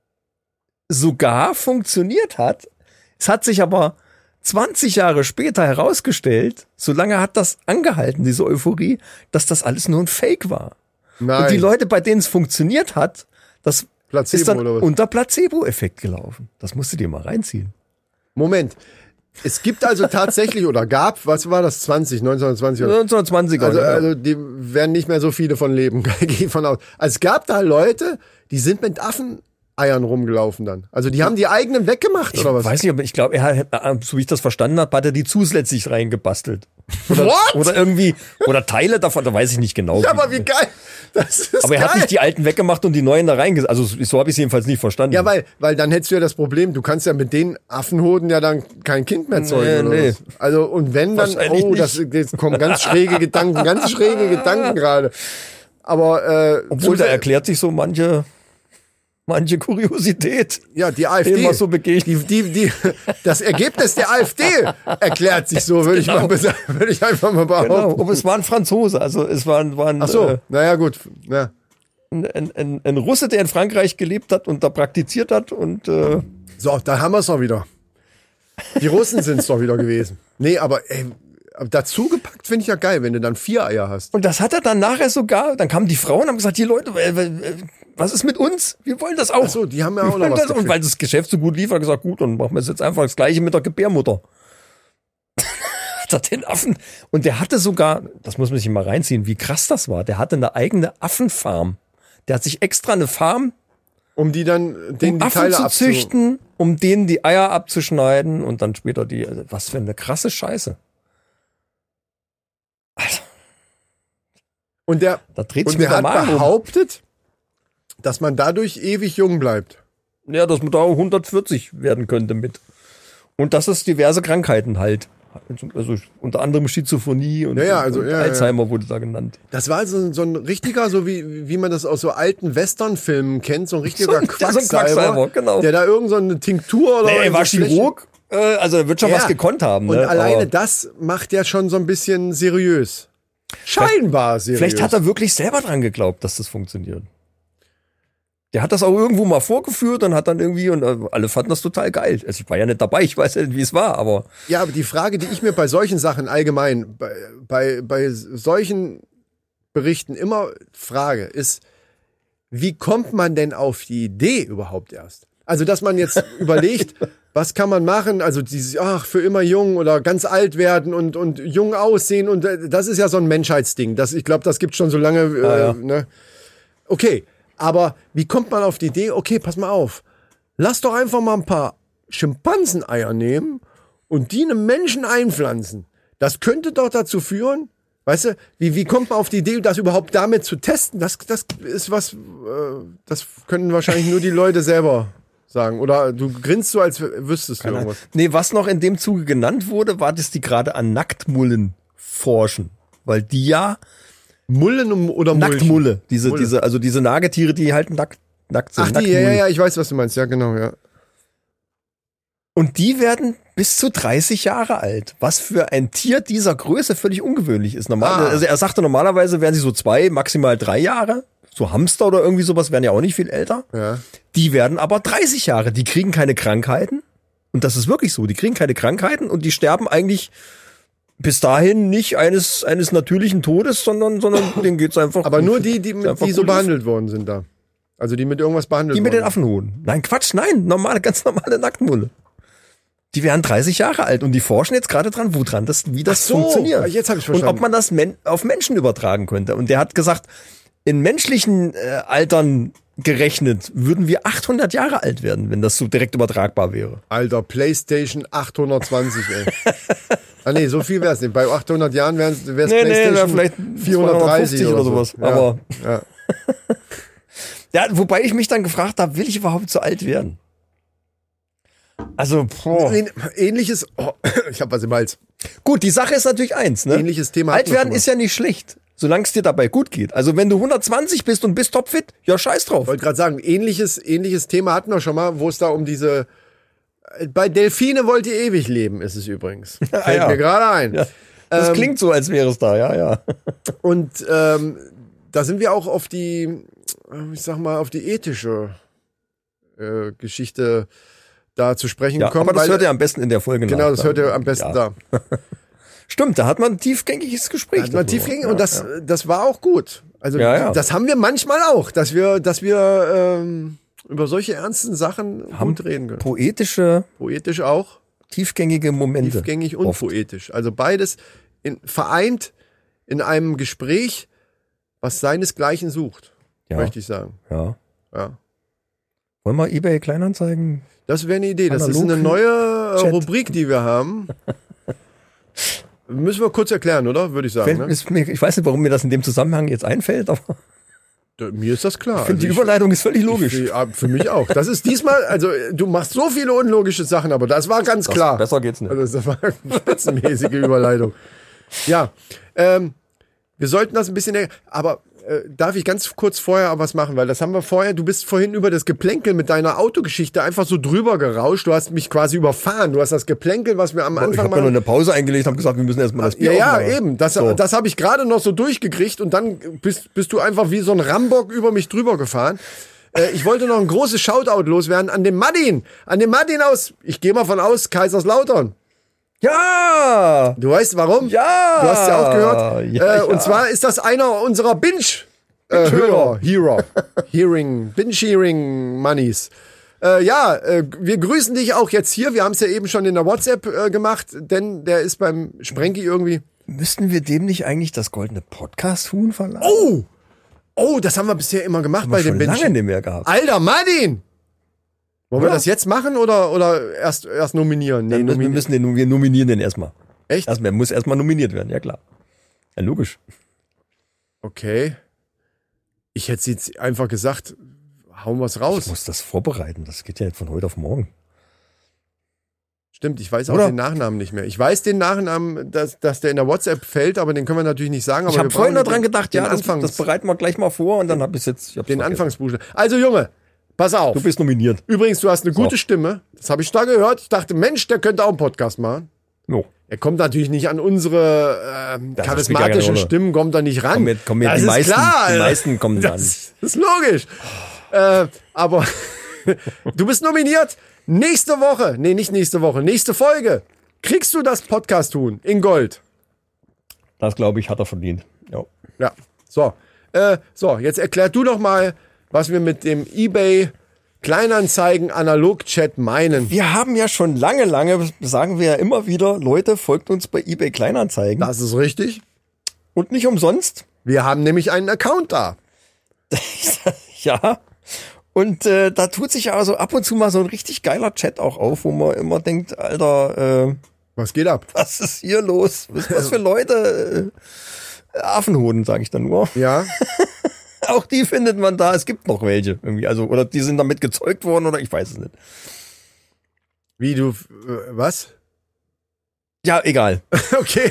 sogar funktioniert hat. Es hat sich aber 20 Jahre später herausgestellt, so lange hat das angehalten, diese Euphorie, dass das alles nur ein Fake war. Nein. Und die Leute, bei denen es funktioniert hat, das Placebo ist dann oder was? unter Placebo-Effekt gelaufen. Das musst du dir mal reinziehen. Moment. Es gibt also tatsächlich oder gab, was war das, 1920 oder? 1920er. Also die werden nicht mehr so viele von leben, gehe ich von aus. Also es gab da Leute, die sind mit Affeneiern rumgelaufen dann. Also die haben die eigenen weggemacht oder was? Weiß nicht, aber ich glaube, so wie ich das verstanden habe, hat er die zusätzlich reingebastelt. Oder, What? oder irgendwie, oder Teile davon, da weiß ich nicht genau. Ja, aber wie geil. Das ist Aber er geil. hat nicht die alten weggemacht und die neuen da reingesetzt. Also so habe ich es jedenfalls nicht verstanden. Ja, weil dann hättest du ja das Problem, du kannst ja mit den Affenhoden ja dann kein Kind mehr zeugen. Nee. Oder was. Also und wenn dann, Wahrscheinlich das kommen ganz schräge Gedanken gerade. Aber Obwohl, da erklärt sich so manche Kuriosität. ja, die AfD, Immer so begegnet. das Ergebnis der AfD erklärt sich so, würde ich einfach mal behaupten. Genau, aber es war ein Franzose, also es war ein, Ach so, naja, gut. Ja. ein Russe, der in Frankreich gelebt hat und da praktiziert hat und So, da haben wir es doch wieder. Die Russen sind es doch wieder gewesen. Nee, aber dazu gepackt finde ich ja geil, wenn du dann 4 Eier hast. und das hat er dann nachher sogar, dann kamen die Frauen und haben gesagt, hier Leute, was ist mit uns? Wir wollen das auch. Ach so, die haben ja auch Wir noch wollen was das, und gekriegt. weil das Geschäft so gut lief, hat er gesagt, gut, dann machen wir jetzt einfach das Gleiche mit der Gebärmutter. Hat er den Affen, und der hatte sogar, das muss man sich mal reinziehen, wie krass das war, der hatte eine eigene Affenfarm. Der hat sich extra eine Farm, Um die dann, denen die Affen Teile zu züchten, um denen die Eier abzuschneiden und dann später die, was für eine krasse Scheiße. Alter, Und der, da dreht sich und mir der der hat Magen um. behauptet, dass man dadurch ewig jung bleibt. Ja, dass man da 140 werden könnte mit. Und dass es diverse Krankheiten halt. Also unter anderem Schizophrenie und, Ja, also, und ja, Alzheimer wurde da genannt. Das war so ein richtiger, so wie man das aus so alten Westernfilmen kennt, so ein richtiger Quacksalber, genau. der da irgend so eine Tinktur oder Er war so Fläche- Chirurg, also er wird schon Ja. was gekonnt haben. Und Ne? alleine Aber das macht ja schon so ein bisschen seriös. Scheinbar seriös. vielleicht hat er wirklich selber dran geglaubt, dass das funktioniert. Der hat das auch irgendwo mal vorgeführt und hat dann irgendwie, und alle fanden das total geil. Also ich war ja nicht dabei, ich weiß ja nicht, wie es war, aber Ja, aber die Frage, die ich mir bei solchen Sachen allgemein, bei solchen Berichten immer frage, ist, wie kommt man denn auf die Idee überhaupt erst? Also, dass man jetzt überlegt, was kann man machen? Also dieses, für immer jung oder ganz alt werden und jung aussehen und das ist ja so ein Menschheitsding. Ich glaube, das gibt schon so lange. ja. Ne? Okay, aber wie kommt man auf die Idee? Okay, pass mal auf. Lass doch einfach mal ein paar Schimpanseneier nehmen und die einem Menschen einpflanzen. Das könnte doch dazu führen, weißt du, wie kommt man auf die Idee, das überhaupt damit zu testen? Das ist was, das können wahrscheinlich nur die Leute selber sagen. Oder du grinst so, als wüsstest du irgendwas. nee, was noch in dem Zuge genannt wurde, war, dass die gerade an Nacktmullen forschen. Weil die ja Mullen oder Mulchen? Nacktmulle, Mulle. diese Nagetiere, die halt nackt sind. Ach, die, Nacktmullen. ja, ich weiß, was du meinst. Ja, genau, ja. Und die werden bis zu 30 Jahre alt, was für ein Tier dieser Größe völlig ungewöhnlich ist. Also er sagte, normalerweise wären sie so 2, maximal 3 Jahre. So Hamster oder irgendwie sowas wären ja auch nicht viel älter. Ja. Die werden aber 30 Jahre. Die kriegen keine Krankheiten. Und das ist wirklich so. Die kriegen keine Krankheiten und die sterben eigentlich bis dahin nicht eines natürlichen Todes, sondern denen geht's einfach. Aber nur die einfach so gut behandelt worden sind da. Also die mit irgendwas behandelt Die mit den wurden. Affenhoden. Nein, Quatsch, nein, ganz normale Nacktmulle. Die wären 30 Jahre alt und die forschen jetzt gerade dran, wie das Ach so, funktioniert. jetzt hab ich's und verstanden. ob man das auf Menschen übertragen könnte. Und der hat gesagt, in menschlichen Altern gerechnet würden wir 800 Jahre alt werden, wenn das so direkt übertragbar wäre. Alter, PlayStation 820, ey. Nee, so viel wär's nicht. Bei 800 Jahren wär's PlayStation wär vielleicht 430 oder sowas. Ja, Aber ja. ja, wobei ich mich dann gefragt habe, will ich überhaupt so alt werden? Also, Ähnliches, ich hab was im Hals. gut, die Sache ist natürlich eins, ne? Ähnliches Thema Alt hatten wir werden schon mal. ist ja nicht schlecht, solange es dir dabei gut geht. Also wenn du 120 bist und bist topfit, ja scheiß drauf. Ich wollte gerade sagen, ähnliches Thema hatten wir schon mal, wo es da um diese. Bei Delfine wollt ihr ewig leben, ist es übrigens. Fällt ja. mir gerade ein. Ja. Das klingt so, als wäre es da, ja. Und da sind wir auch auf die, ich sag mal, auf die ethische Geschichte da zu sprechen Ja, gekommen. aber das weil- hört ihr am besten in der Folge nach. Genau, das hört ihr am besten Ja. da. Stimmt, da hat man ein tiefgängiges Gespräch. Hat man darüber. tiefgängig und das war auch gut. Also Ja. das haben wir manchmal auch, dass wir über solche ernsten Sachen gut reden können. Poetische, Poetisch auch, tiefgängige Momente. tiefgängig und Oft. poetisch. Also beides vereint in einem Gespräch, was seinesgleichen sucht, Ja. möchte ich sagen. Ja. Ja. Wollen wir eBay Kleinanzeigen? Das wäre eine Idee. Das ist Analog eine neue Chat. Rubrik, die wir haben. Müssen wir kurz erklären, oder? Würde ich sagen. Ne? Ich weiß nicht, warum mir das in dem Zusammenhang jetzt einfällt, aber Mir ist das klar. ich finde, die Also Überleitung ist völlig logisch. Für mich auch. Das ist diesmal, also du machst so viele unlogische Sachen, aber das war ganz klar. Besser geht's nicht. Also das war eine spitzenmäßige Überleitung. Ja, wir sollten das ein bisschen, aber darf ich ganz kurz vorher was machen, weil das haben wir vorher, du bist vorhin über das Geplänkel mit deiner Autogeschichte einfach so drüber gerauscht, du hast mich quasi überfahren, du hast das Geplänkel, was wir am Ich Anfang habe mir noch eine Pause eingelegt, habe gesagt, wir müssen erstmal das Bier ja, aufmachen. eben. Das habe ich gerade noch so durchgekriegt und dann bist du einfach wie so ein Rambock über mich drüber gefahren. Ich wollte noch ein großes Shoutout loswerden an den Martin aus, ich gehe mal von aus, Kaiserslautern. Ja! Du weißt warum? Ja! Du hast ja auch gehört. Ja. Und zwar ist das einer unserer Binge-Hearing Moneys. Wir grüßen dich auch jetzt hier. Wir haben es ja eben schon in der WhatsApp gemacht, denn der ist beim Sprenki irgendwie. Müssten wir dem nicht eigentlich das goldene Podcast-Huhn verleihen? Oh, das haben wir bisher immer gemacht Haben bei wir den schon Binge. lange nicht mehr gehabt. Alter, Martin! Wollen wir Ja. das jetzt machen oder erst nominieren? Nee, Wir nominieren den erstmal. Echt? Er muss erstmal nominiert werden, ja klar. Ja, logisch. Okay. Ich hätte jetzt einfach gesagt, hauen wir's Ich raus. muss das vorbereiten. Das geht ja von heute auf morgen. Stimmt, ich weiß auch Oder? den Nachnamen nicht mehr. Ich weiß den Nachnamen, dass der in der WhatsApp fällt, aber den können wir natürlich nicht sagen. Aber Ich habe wir vorhin brauchen noch dran gedacht, den ja, das bereiten wir gleich mal vor und dann habe ich jetzt. den Anfangsbuchstaben. Also Junge, pass auf. Du bist nominiert. Übrigens, du hast eine gute Stimme. Das habe ich da gehört. Ich dachte, Mensch, der könnte auch einen Podcast machen. No. Er kommt natürlich nicht an unsere spielt ja keine charismatischen Rolle. Stimmen, kommt er nicht ran. Komm jetzt, Das die ist meisten, klar, die Alter. meisten kommen dran. Das ist logisch. Aber du bist nominiert. Nächste Woche, nee, nicht nächste Woche, nächste Folge kriegst du das Podcast-Huhn in Gold. Das glaube ich, hat er verdient. Ja. Ja, so, jetzt erklär du doch mal, was wir mit dem eBay Kleinanzeigen Analog-Chat meinen. Wir haben ja schon lange, sagen wir ja immer wieder, Leute, folgt uns bei eBay Kleinanzeigen. Das ist richtig. Und nicht umsonst. Wir haben nämlich einen Account da. Ja. Und da tut sich ja also ab und zu mal so ein richtig geiler Chat auch auf, wo man immer denkt, Alter, Was geht ab? was ist hier los? Was für Leute? Affenhoden, sage ich dann nur. Ja, Auch die findet man da. Es gibt noch welche irgendwie. Also, oder die sind damit gezeugt worden oder ich weiß es nicht. wie du, was? Ja, egal. Okay.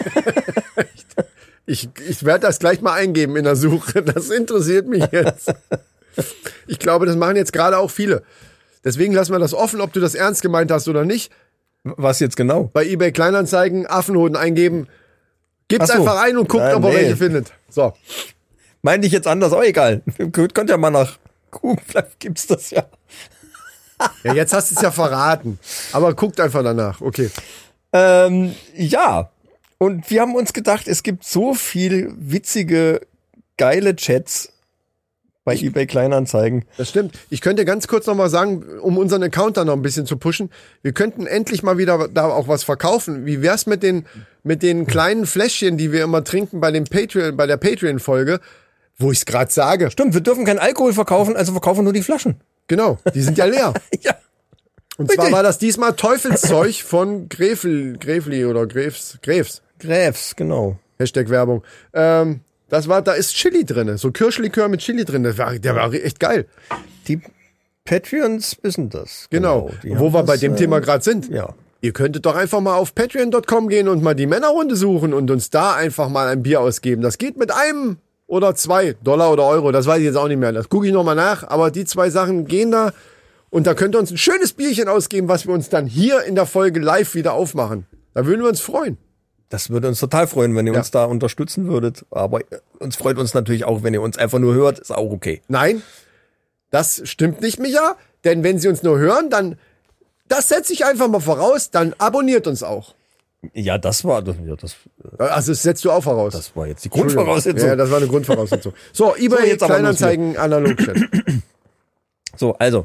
Ich werde das gleich mal eingeben in der Suche. Das interessiert mich jetzt. Ich glaube, das machen jetzt gerade auch viele. Deswegen lassen wir das offen, ob du das ernst gemeint hast oder nicht. Was jetzt genau? Bei eBay Kleinanzeigen Affenhoden eingeben. Gibt's Ach so. einfach ein und guckt, ob er Nee. welche findet. So. Meinte ich jetzt anders, auch egal. Könnt ja mal nach gucken, vielleicht gibt's das ja. Ja, jetzt hast du es ja verraten. Aber guckt einfach danach. Okay. Ja. Und wir haben uns gedacht, es gibt so viel witzige, geile Chats bei eBay Kleinanzeigen. Das stimmt. Ich könnte ganz kurz noch mal sagen, um unseren Account da noch ein bisschen zu pushen, wir könnten endlich mal wieder da auch was verkaufen. Wie wär's mit den kleinen Fläschchen, die wir immer trinken bei der Patreon-Folge, wo ich's gerade sage? Stimmt, wir dürfen keinen Alkohol verkaufen, also verkaufen nur die Flaschen. Genau, die sind ja leer. Ja. Und zwar war das diesmal Teufelszeug von Gräfli oder Gräfs. Gräfs, genau. Hashtag Werbung. Da ist Chili drin, so Kirschlikör mit Chili drin. Der war echt geil. Die Patreons wissen das. Genau. Die Wo haben wir bei das, dem Thema gerade sind. Ja. Ihr könntet doch einfach mal auf patreon.com gehen und mal die Männerrunde suchen und uns da einfach mal ein Bier ausgeben. Das geht mit $1 oder $2 oder Euro. Das weiß ich jetzt auch nicht mehr. Das gucke ich nochmal nach. Aber die 2 Sachen gehen da. Und da könnt ihr uns ein schönes Bierchen ausgeben, was wir uns dann hier in der Folge live wieder aufmachen. Da würden wir uns freuen. Das würde uns total freuen, wenn ihr uns da unterstützen würdet. Aber uns freut uns natürlich auch, wenn ihr uns einfach nur hört. Ist auch okay. Nein, das stimmt nicht, Micha. Denn wenn Sie uns nur hören, dann, das setze ich einfach mal voraus, dann abonniert uns auch. Ja, das war das Also das setzt du auch voraus. Das war jetzt die Grundvoraussetzung. Ja, das war eine Grundvoraussetzung. So, eBay, jetzt aber Kleinanzeigen, Analog-Chat. So, also.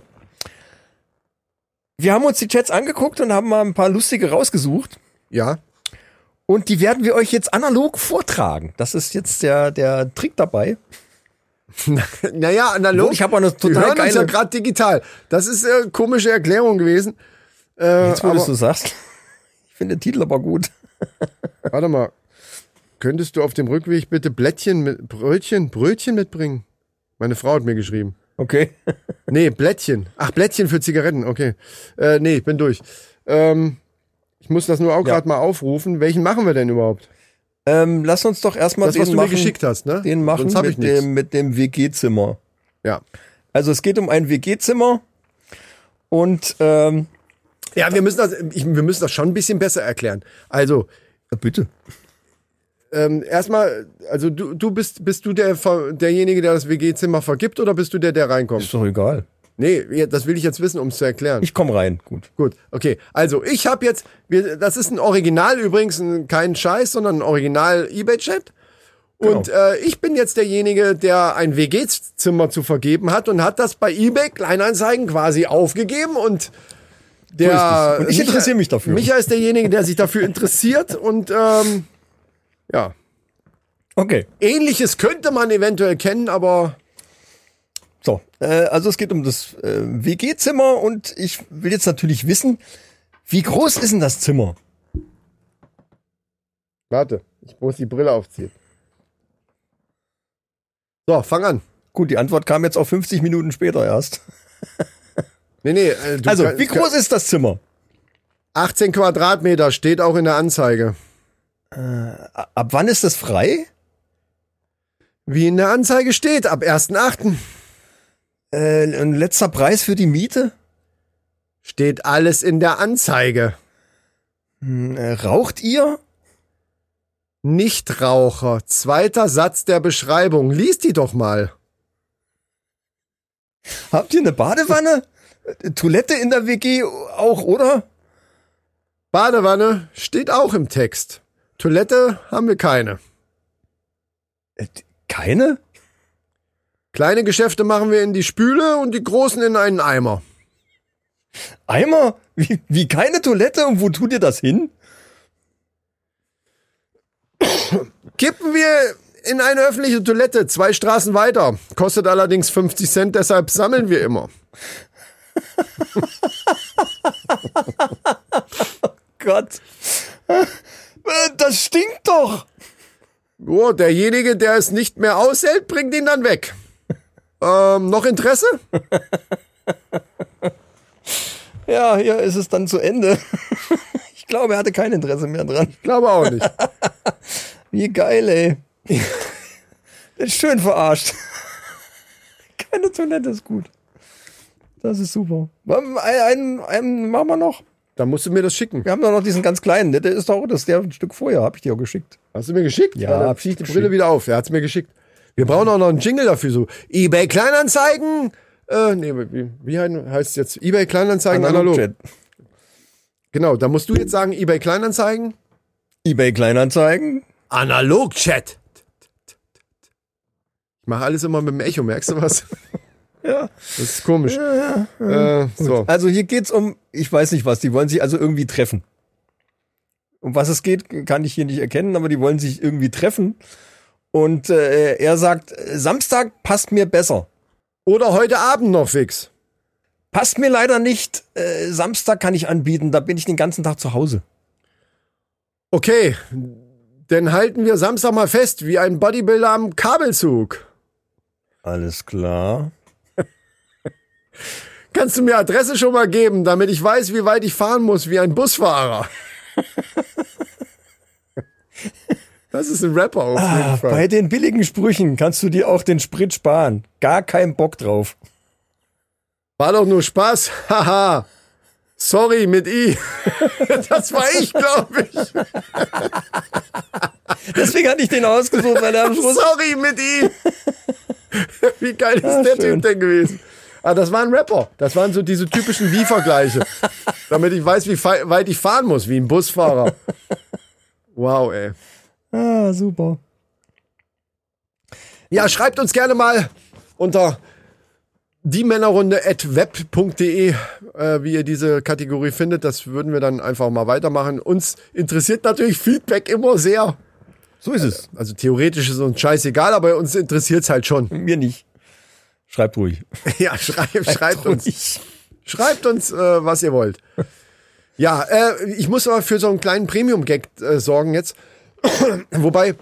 Wir haben uns die Chats angeguckt und haben mal ein paar lustige rausgesucht. Ja. Und die werden wir euch jetzt analog vortragen. Das ist jetzt der Trick dabei. Naja, analog. Ich habe auch eine total wir hören geile... uns ja gerade digital. Das ist eine komische Erklärung gewesen. Jetzt, wo du so sagst. Ich finde den Titel aber gut. Warte mal. Könntest du auf dem Rückweg bitte Brötchen mitbringen? Meine Frau hat mir geschrieben. Okay. Nee, Blättchen. Ach, Blättchen für Zigaretten, okay. Nee, ich bin durch. Ich muss das nur auch gerade mal aufrufen. Welchen machen wir denn überhaupt? Lass uns doch erstmal das, was du mir geschickt hast, ne? Den machen mit dem WG-Zimmer. Ja. Also es geht um ein WG-Zimmer und ja, wir müssen das schon ein bisschen besser erklären. Also, bitte. Erstmal, also bist du derjenige, der das WG-Zimmer vergibt, oder bist du der reinkommt? Ist doch egal. Nee, das will ich jetzt wissen, um es zu erklären. Ich komme rein, gut. Gut, okay. Also, ich habe jetzt, das ist ein Original übrigens, kein Scheiß, sondern ein Original eBay-Chat. Und ich bin jetzt derjenige, der ein WG-Zimmer zu vergeben hat und hat das bei eBay Kleinanzeigen quasi aufgegeben und und ich interessiere mich dafür. Micha ist derjenige, der sich dafür interessiert und ja. Okay. Ähnliches könnte man eventuell kennen, aber... So, also es geht um das WG-Zimmer und ich will jetzt natürlich wissen, wie groß ist denn das Zimmer? Warte, ich muss die Brille aufziehen. So, fang an. Gut, die Antwort kam jetzt auch 50 Minuten später erst. Nee. Also, wie groß ist das Zimmer? 18 Quadratmeter, steht auch in der Anzeige. Ab wann ist das frei? Wie in der Anzeige steht, ab 1.8. Ein letzter Preis für die Miete? Steht alles in der Anzeige. Raucht ihr? Nichtraucher. Zweiter Satz der Beschreibung. Lies die doch mal. Habt ihr eine Badewanne? Toilette in der WG auch, oder? Badewanne steht auch im Text. Toilette haben wir keine. Keine? Kleine Geschäfte machen wir in die Spüle und die großen in einen Eimer. Eimer? Wie keine Toilette? Und wo tut ihr das hin? Kippen wir in eine öffentliche Toilette, 2 Straßen weiter. Kostet allerdings 50 Cent, deshalb sammeln wir immer. Oh Gott. Das stinkt doch. Oh, derjenige, der es nicht mehr aushält, bringt ihn dann weg. Noch Interesse? Ja, hier ist es dann zu Ende. Ich glaube, er hatte kein Interesse mehr dran. Ich glaube auch nicht. Wie geil, ey. Das ist schön verarscht. Keine Toilette ist gut. Das ist super. Einen machen wir noch. Dann musst du mir das schicken. Wir haben doch noch diesen ganz kleinen. Der ist doch der ein Stück vorher. Habe ich dir auch geschickt. Hast du mir geschickt? Ja, dann zieh ich die Brille wieder auf. Er hat's mir geschickt. Wir brauchen auch noch einen Jingle dafür. So eBay Kleinanzeigen. Wie heißt es jetzt? eBay Kleinanzeigen analog. Genau, da musst du jetzt sagen eBay Kleinanzeigen. eBay Kleinanzeigen. Analog Chat. Ich mache alles immer mit dem Echo, merkst du was? Ja. Das ist komisch. So. Also hier geht's um, ich weiß nicht was, die wollen sich also irgendwie treffen. Um was es geht, kann ich hier nicht erkennen, aber die wollen sich irgendwie treffen. Und er sagt, Samstag passt mir besser. Oder heute Abend noch fix. Passt mir leider nicht. Samstag kann ich anbieten, da bin ich den ganzen Tag zu Hause. Okay, dann halten wir Samstag mal fest, wie ein Bodybuilder am Kabelzug. Alles klar. Kannst du mir Adresse schon mal geben, damit ich weiß, wie weit ich fahren muss, wie ein Busfahrer? Das ist ein Rapper auf jeden Fall. Bei den billigen Sprüchen kannst du dir auch den Sprit sparen. Gar keinen Bock drauf. War doch nur Spaß. Haha. Sorry mit I. Das war ich, glaube ich. Deswegen hatte ich den ausgesucht, weil er am Schluss... Sorry mit I. Wie geil ist der schön. Typ denn gewesen? Ah, das war ein Rapper. Das waren so diese typischen Wie-Vergleiche. Damit ich weiß, wie weit ich fahren muss, wie ein Busfahrer. Wow, ey. Ah, super. Ja, schreibt uns gerne mal unter diemännerrunde@web.de, wie ihr diese Kategorie findet. Das würden wir dann einfach mal weitermachen. Uns interessiert natürlich Feedback immer sehr. So ist es. Also theoretisch ist uns scheißegal, aber uns interessiert's halt schon. Mir nicht. Schreibt ruhig. Ja, schreibt uns. ruhig. Schreibt uns, was ihr wollt. Ja, ich muss aber für so einen kleinen Premium-Gag sorgen jetzt. Wobei,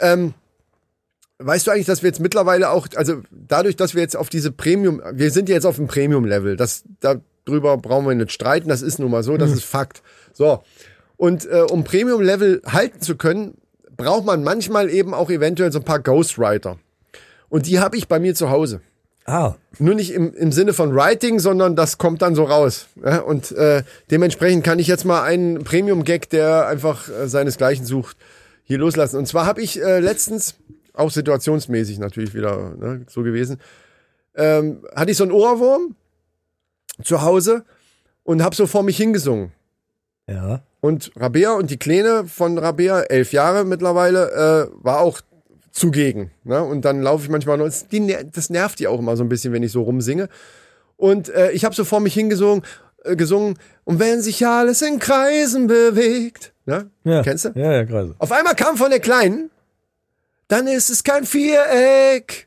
weißt du eigentlich, dass wir jetzt mittlerweile auch, also dadurch, dass wir jetzt auf diese Premium, wir sind jetzt auf dem Premium-Level, darüber brauchen wir nicht streiten, das ist nun mal so, das ist Fakt. So, und um Premium-Level halten zu können, braucht man manchmal eben auch eventuell so ein paar Ghostwriter. Und die habe ich bei mir zu Hause. Ah. Nur nicht im Sinne von Writing, sondern das kommt dann so raus. Ja? Und dementsprechend kann ich jetzt mal einen Premium-Gag, der einfach seinesgleichen sucht, hier loslassen. Und zwar habe ich letztens, auch situationsmäßig natürlich wieder so gewesen, hatte ich so einen Ohrwurm zu Hause und habe so vor mich hingesungen. Ja. Und Rabea und die Kleine von Rabea, 11 Jahre mittlerweile, war auch zugegen. Ne? Und dann laufe ich manchmal noch. Das nervt die auch immer so ein bisschen, wenn ich so rumsinge. Und ich habe so vor mich hingesungen, und wenn sich alles in Kreisen bewegt. Ne? Ja. Kennst du? Ja, Kreise. Auf einmal kam von der Kleinen, dann ist es kein Viereck.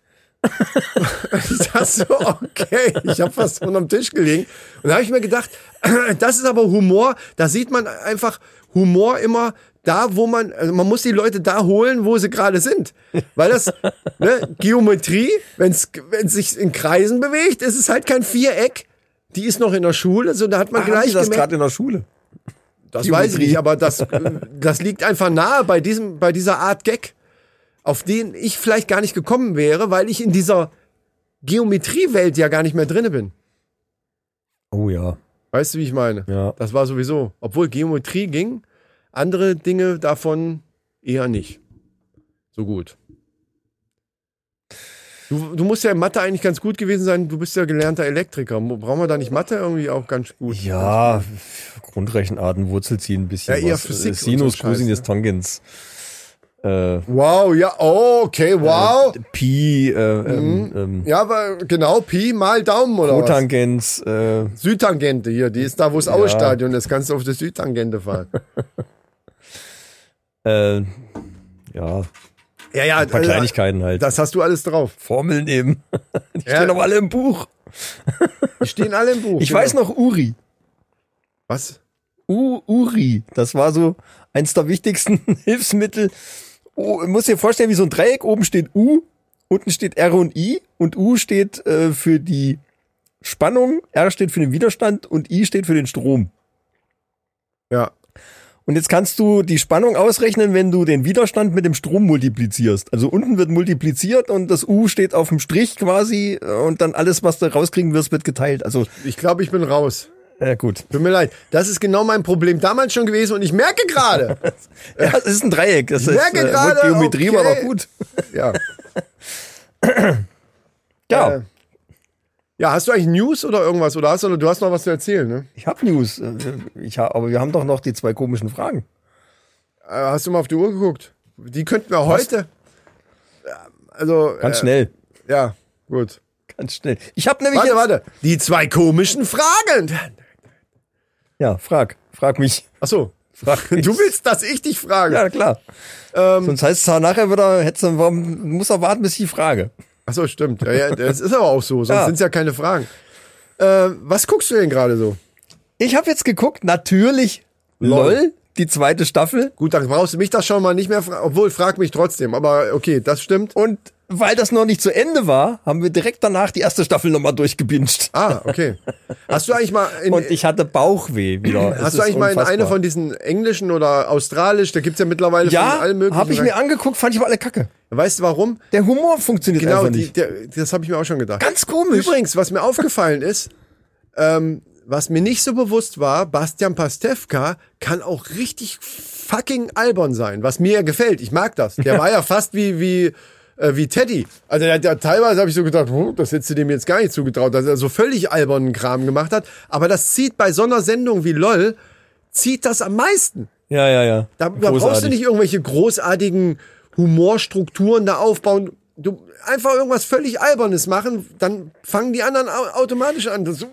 Ich dachte so, okay, ich habe fast unterm Tisch gelegen. Und da habe ich mir gedacht, das ist aber Humor, da sieht man einfach Humor immer da, wo man muss die Leute da holen, wo sie gerade sind. Weil das, Geometrie, wenn es sich in Kreisen bewegt, ist es halt kein Viereck. Die ist noch in der Schule, so da hat man gleich das gemerkt. gerade in der Schule. Das Geometrie. weiß ich nicht, aber das liegt einfach nahe bei dieser Art Gag, auf den ich vielleicht gar nicht gekommen wäre, weil ich in dieser Geometriewelt ja gar nicht mehr drinne bin. Oh ja. Weißt du, wie ich meine? Ja. Das war sowieso, obwohl Geometrie ging, andere Dinge davon eher nicht so gut. Du musst ja in Mathe eigentlich ganz gut gewesen sein, du bist ja gelernter Elektriker. Brauchen wir da nicht Mathe irgendwie auch ganz gut? Ja, Grundrechenarten, Wurzelziehen, ein bisschen Ja, eher was. Physik und Sinus, so Scheiß, Cosinus, ne? Tangens. Wow, ja, oh, okay, wow. Pi, Ja, aber genau, Pi mal Daumen oder was? Cotangens, Südtangente hier, die ist da, wo es Ausstadion ist, kannst du auf die Südtangente fahren. ja, Ja, ein paar Kleinigkeiten halt. Das hast du alles drauf. Formeln eben. Die Ja. stehen aber alle im Buch. Die stehen alle im Buch. Ich genau. weiß noch Uri. Was? Uri. Das war so eins der wichtigsten Hilfsmittel. Oh, muss dir vorstellen, wie so ein Dreieck. Oben steht U, unten steht R und I. Und U steht für die Spannung, R steht für den Widerstand und I steht für den Strom. Ja. Und jetzt kannst du die Spannung ausrechnen, wenn du den Widerstand mit dem Strom multiplizierst. Also unten wird multipliziert und das U steht auf dem Strich quasi und dann alles, was du rauskriegen wirst, wird geteilt. Also, Ich glaube, ich bin raus. gut. Tut mir leid. Das ist genau mein Problem damals schon gewesen und ich merke gerade. Ja, es ist ein Dreieck. Das Ich merke gerade, Geometrie okay. war doch gut. Ja. Ja, Ja, hast du eigentlich News oder irgendwas? Oder du hast noch was zu erzählen, ne? ich habe News. Aber wir haben doch noch die 2 komischen Fragen. Hast du mal auf die Uhr geguckt? Die könnten wir heute. Also. Ganz schnell. Ja, gut. Ganz schnell. Ich habe nämlich Warte. Die 2 komischen Fragen. Ja, frag mich. Ach so. Frag mich. Du willst, dass ich dich frage? Ja, klar. Sonst heißt es nachher wieder, muss er warten, bis ich frage. Ach so, stimmt. Ja, das ist aber auch so. Sonst sind es ja keine Fragen. Was guckst du denn gerade so? Ich habe jetzt geguckt, natürlich LOL, die 2. Staffel. Gut, dann brauchst du mich das schon mal nicht mehr fragen. Obwohl, frag mich trotzdem. Aber okay, das stimmt. Und weil das noch nicht zu Ende war, haben wir direkt danach die 1. Staffel nochmal durchgebinged. Ah, okay. Hast du eigentlich mal... Und ich hatte Bauchweh wieder. Hast du eigentlich mal in eine von diesen englischen oder australisch, da gibt's ja mittlerweile von allen möglichen... Ja, habe ich mir angeguckt, fand ich aber alle kacke. Weißt du warum? Der Humor funktioniert einfach nicht. Das habe ich mir auch schon gedacht. Ganz komisch. Übrigens, was mir aufgefallen ist, was mir nicht so bewusst war, Bastian Pastewka kann auch richtig fucking albern sein, was mir gefällt. Ich mag das. Der war ja fast wie Teddy. Also der teilweise habe ich so gedacht, das hättest du dem jetzt gar nicht zugetraut, dass er so völlig albernen Kram gemacht hat. Aber das zieht bei so einer Sendung wie LOL, zieht das am meisten. Ja. Da brauchst du nicht irgendwelche großartigen Humorstrukturen da aufbauen. Du einfach irgendwas völlig Albernes machen, dann fangen die anderen automatisch an. Das,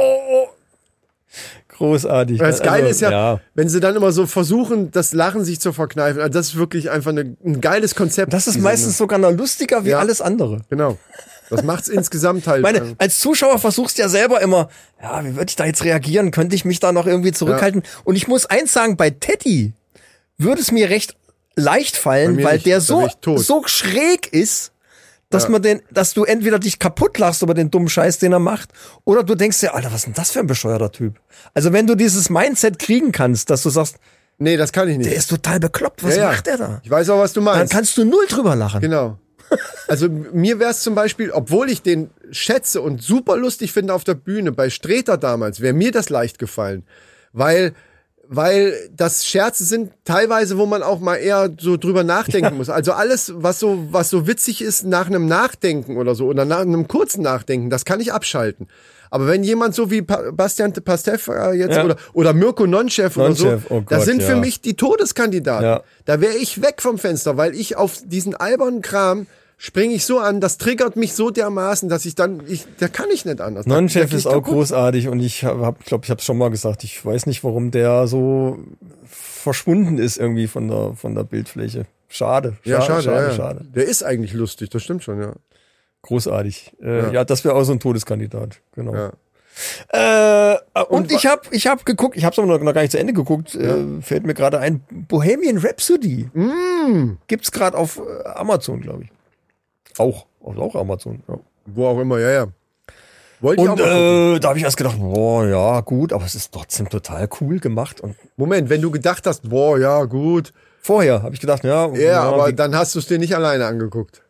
Großartig. Das Geile ist ja, wenn sie dann immer so versuchen, das Lachen sich zu verkneifen. Also das ist wirklich einfach ein geiles Konzept. Das ist meistens sogar noch lustiger wie alles andere. Genau. Das macht's insgesamt halt. Als Zuschauer versuchst du ja selber immer, wie würde ich da jetzt reagieren? Könnte ich mich da noch irgendwie zurückhalten? Ja. Und ich muss eins sagen, bei Teddy würde es mir recht leicht fallen, weil der so schräg ist, dass du entweder dich kaputt lachst über den dummen Scheiß, den er macht, oder du denkst dir, Alter, was ist denn das für ein bescheuerter Typ? Also wenn du dieses Mindset kriegen kannst, dass du sagst, nee, das kann ich nicht. Der ist total bekloppt, was macht der da? Ich weiß auch, was du meinst. Dann kannst du null drüber lachen. Genau. Also mir wäre es zum Beispiel, obwohl ich den schätze und super lustig finde auf der Bühne, bei Sträter damals, wäre mir das leicht gefallen, weil das Scherze sind teilweise, wo man auch mal eher so drüber nachdenken muss. Also alles, was so witzig ist nach einem Nachdenken oder so, oder nach einem kurzen Nachdenken, das kann ich abschalten. Aber wenn jemand so wie Bastian Pastewka jetzt oder Mirko Nonchef oder so, das sind für mich die Todeskandidaten. Ja. Da wäre ich weg vom Fenster, weil ich auf diesen albernen Kram springe ich so an, das triggert mich so dermaßen, dass da kann ich nicht anders. Nonchef ist auch großartig und ich habe es schon mal gesagt, ich weiß nicht, warum der so verschwunden ist irgendwie von der Bildfläche. Schade. Schade. Der ist eigentlich lustig, das stimmt schon, ja. Großartig. Das wäre auch so ein Todeskandidat, genau. Ja. Und ich hab geguckt, ich habe es aber noch gar nicht zu Ende geguckt, fällt mir gerade ein, Bohemian Rhapsody. Gibt's gerade auf Amazon, glaube ich. Auch Amazon, ja. Wo auch immer, ja. Und da habe ich erst gedacht, gut, aber es ist trotzdem total cool gemacht. Und Moment, wenn du gedacht hast, gut. Vorher habe ich gedacht, aber dann hast du es dir nicht alleine angeguckt.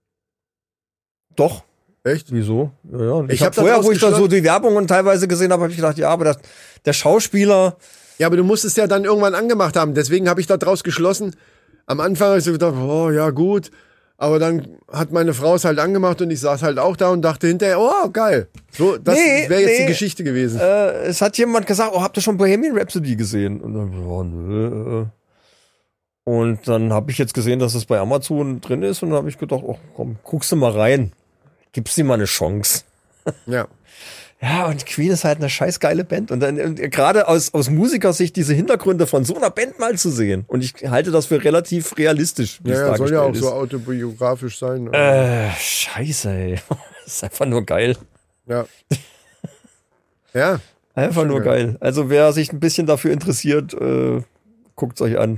Doch. Echt? Wieso? Ja. Ich habe vorher, wo ich da so die Werbung und teilweise gesehen habe, ich gedacht, aber der Schauspieler. Ja, aber du musst es ja dann irgendwann angemacht haben. Deswegen habe ich da draus geschlossen. Am Anfang habe ich so gedacht, gut. Aber dann hat meine Frau es halt angemacht und ich saß halt auch da und dachte hinterher, geil. So, das wäre jetzt die Geschichte gewesen. Es hat jemand gesagt, habt ihr schon Bohemian Rhapsody gesehen? Und dann, nö. Und dann habe ich jetzt gesehen, dass es bei Amazon drin ist und dann habe ich gedacht, komm, guckst du mal rein. Gib's dir mal eine Chance. Ja. Ja, und Queen ist halt eine scheiß geile Band. Und dann gerade aus Musikersicht diese Hintergründe von so einer Band mal zu sehen. Und ich halte das für relativ realistisch. Ja, soll ja auch so autobiografisch sein. Scheiße, ey. Das ist einfach nur geil. Ja. Ja. Einfach nur geil. Also wer sich ein bisschen dafür interessiert, guckt's euch an.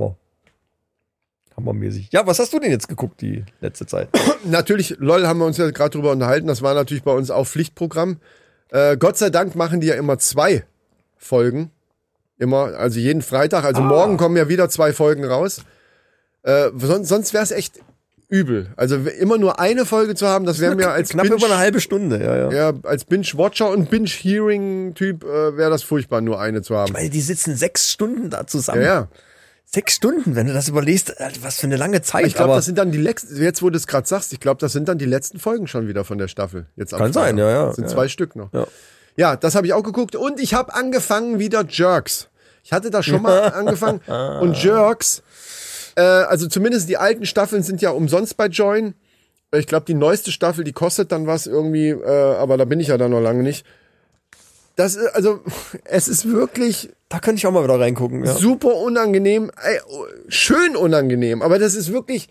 Hammermäßig. Ja, was hast du denn jetzt geguckt die letzte Zeit? Natürlich, LOL haben wir uns ja gerade drüber unterhalten. Das war natürlich bei uns auch Pflichtprogramm. Gott sei Dank machen die ja immer 2 Folgen. Immer, also jeden Freitag. Also morgen kommen ja wieder 2 Folgen raus. Sonst wäre es echt übel. Also immer nur eine Folge zu haben, das wäre mir als knapp über eine halbe Stunde. Ja, als Binge-Watcher und Binge-Hearing-Typ wäre das furchtbar, nur eine zu haben. Weil die sitzen 6 Stunden da zusammen. Ja. 6 Stunden, wenn du das überlegst, was für eine lange Zeit. Ich glaube, das sind dann die letzten, jetzt wo du es gerade sagst, ich glaube, das sind dann die letzten Folgen schon wieder von der Staffel. Jetzt kann sein, ja. Das sind 2 Stück noch. Ja, das habe ich auch geguckt und ich habe angefangen wieder Jerks. Ich hatte da schon mal angefangen und Jerks, also zumindest die alten Staffeln sind ja umsonst bei Join. Ich glaube, die neueste Staffel, die kostet dann was irgendwie, aber da bin ich ja dann noch lange nicht. Das ist, also, es ist wirklich Da könnte ich auch mal wieder reingucken. Ja. super unangenehm, schön unangenehm, aber das ist wirklich,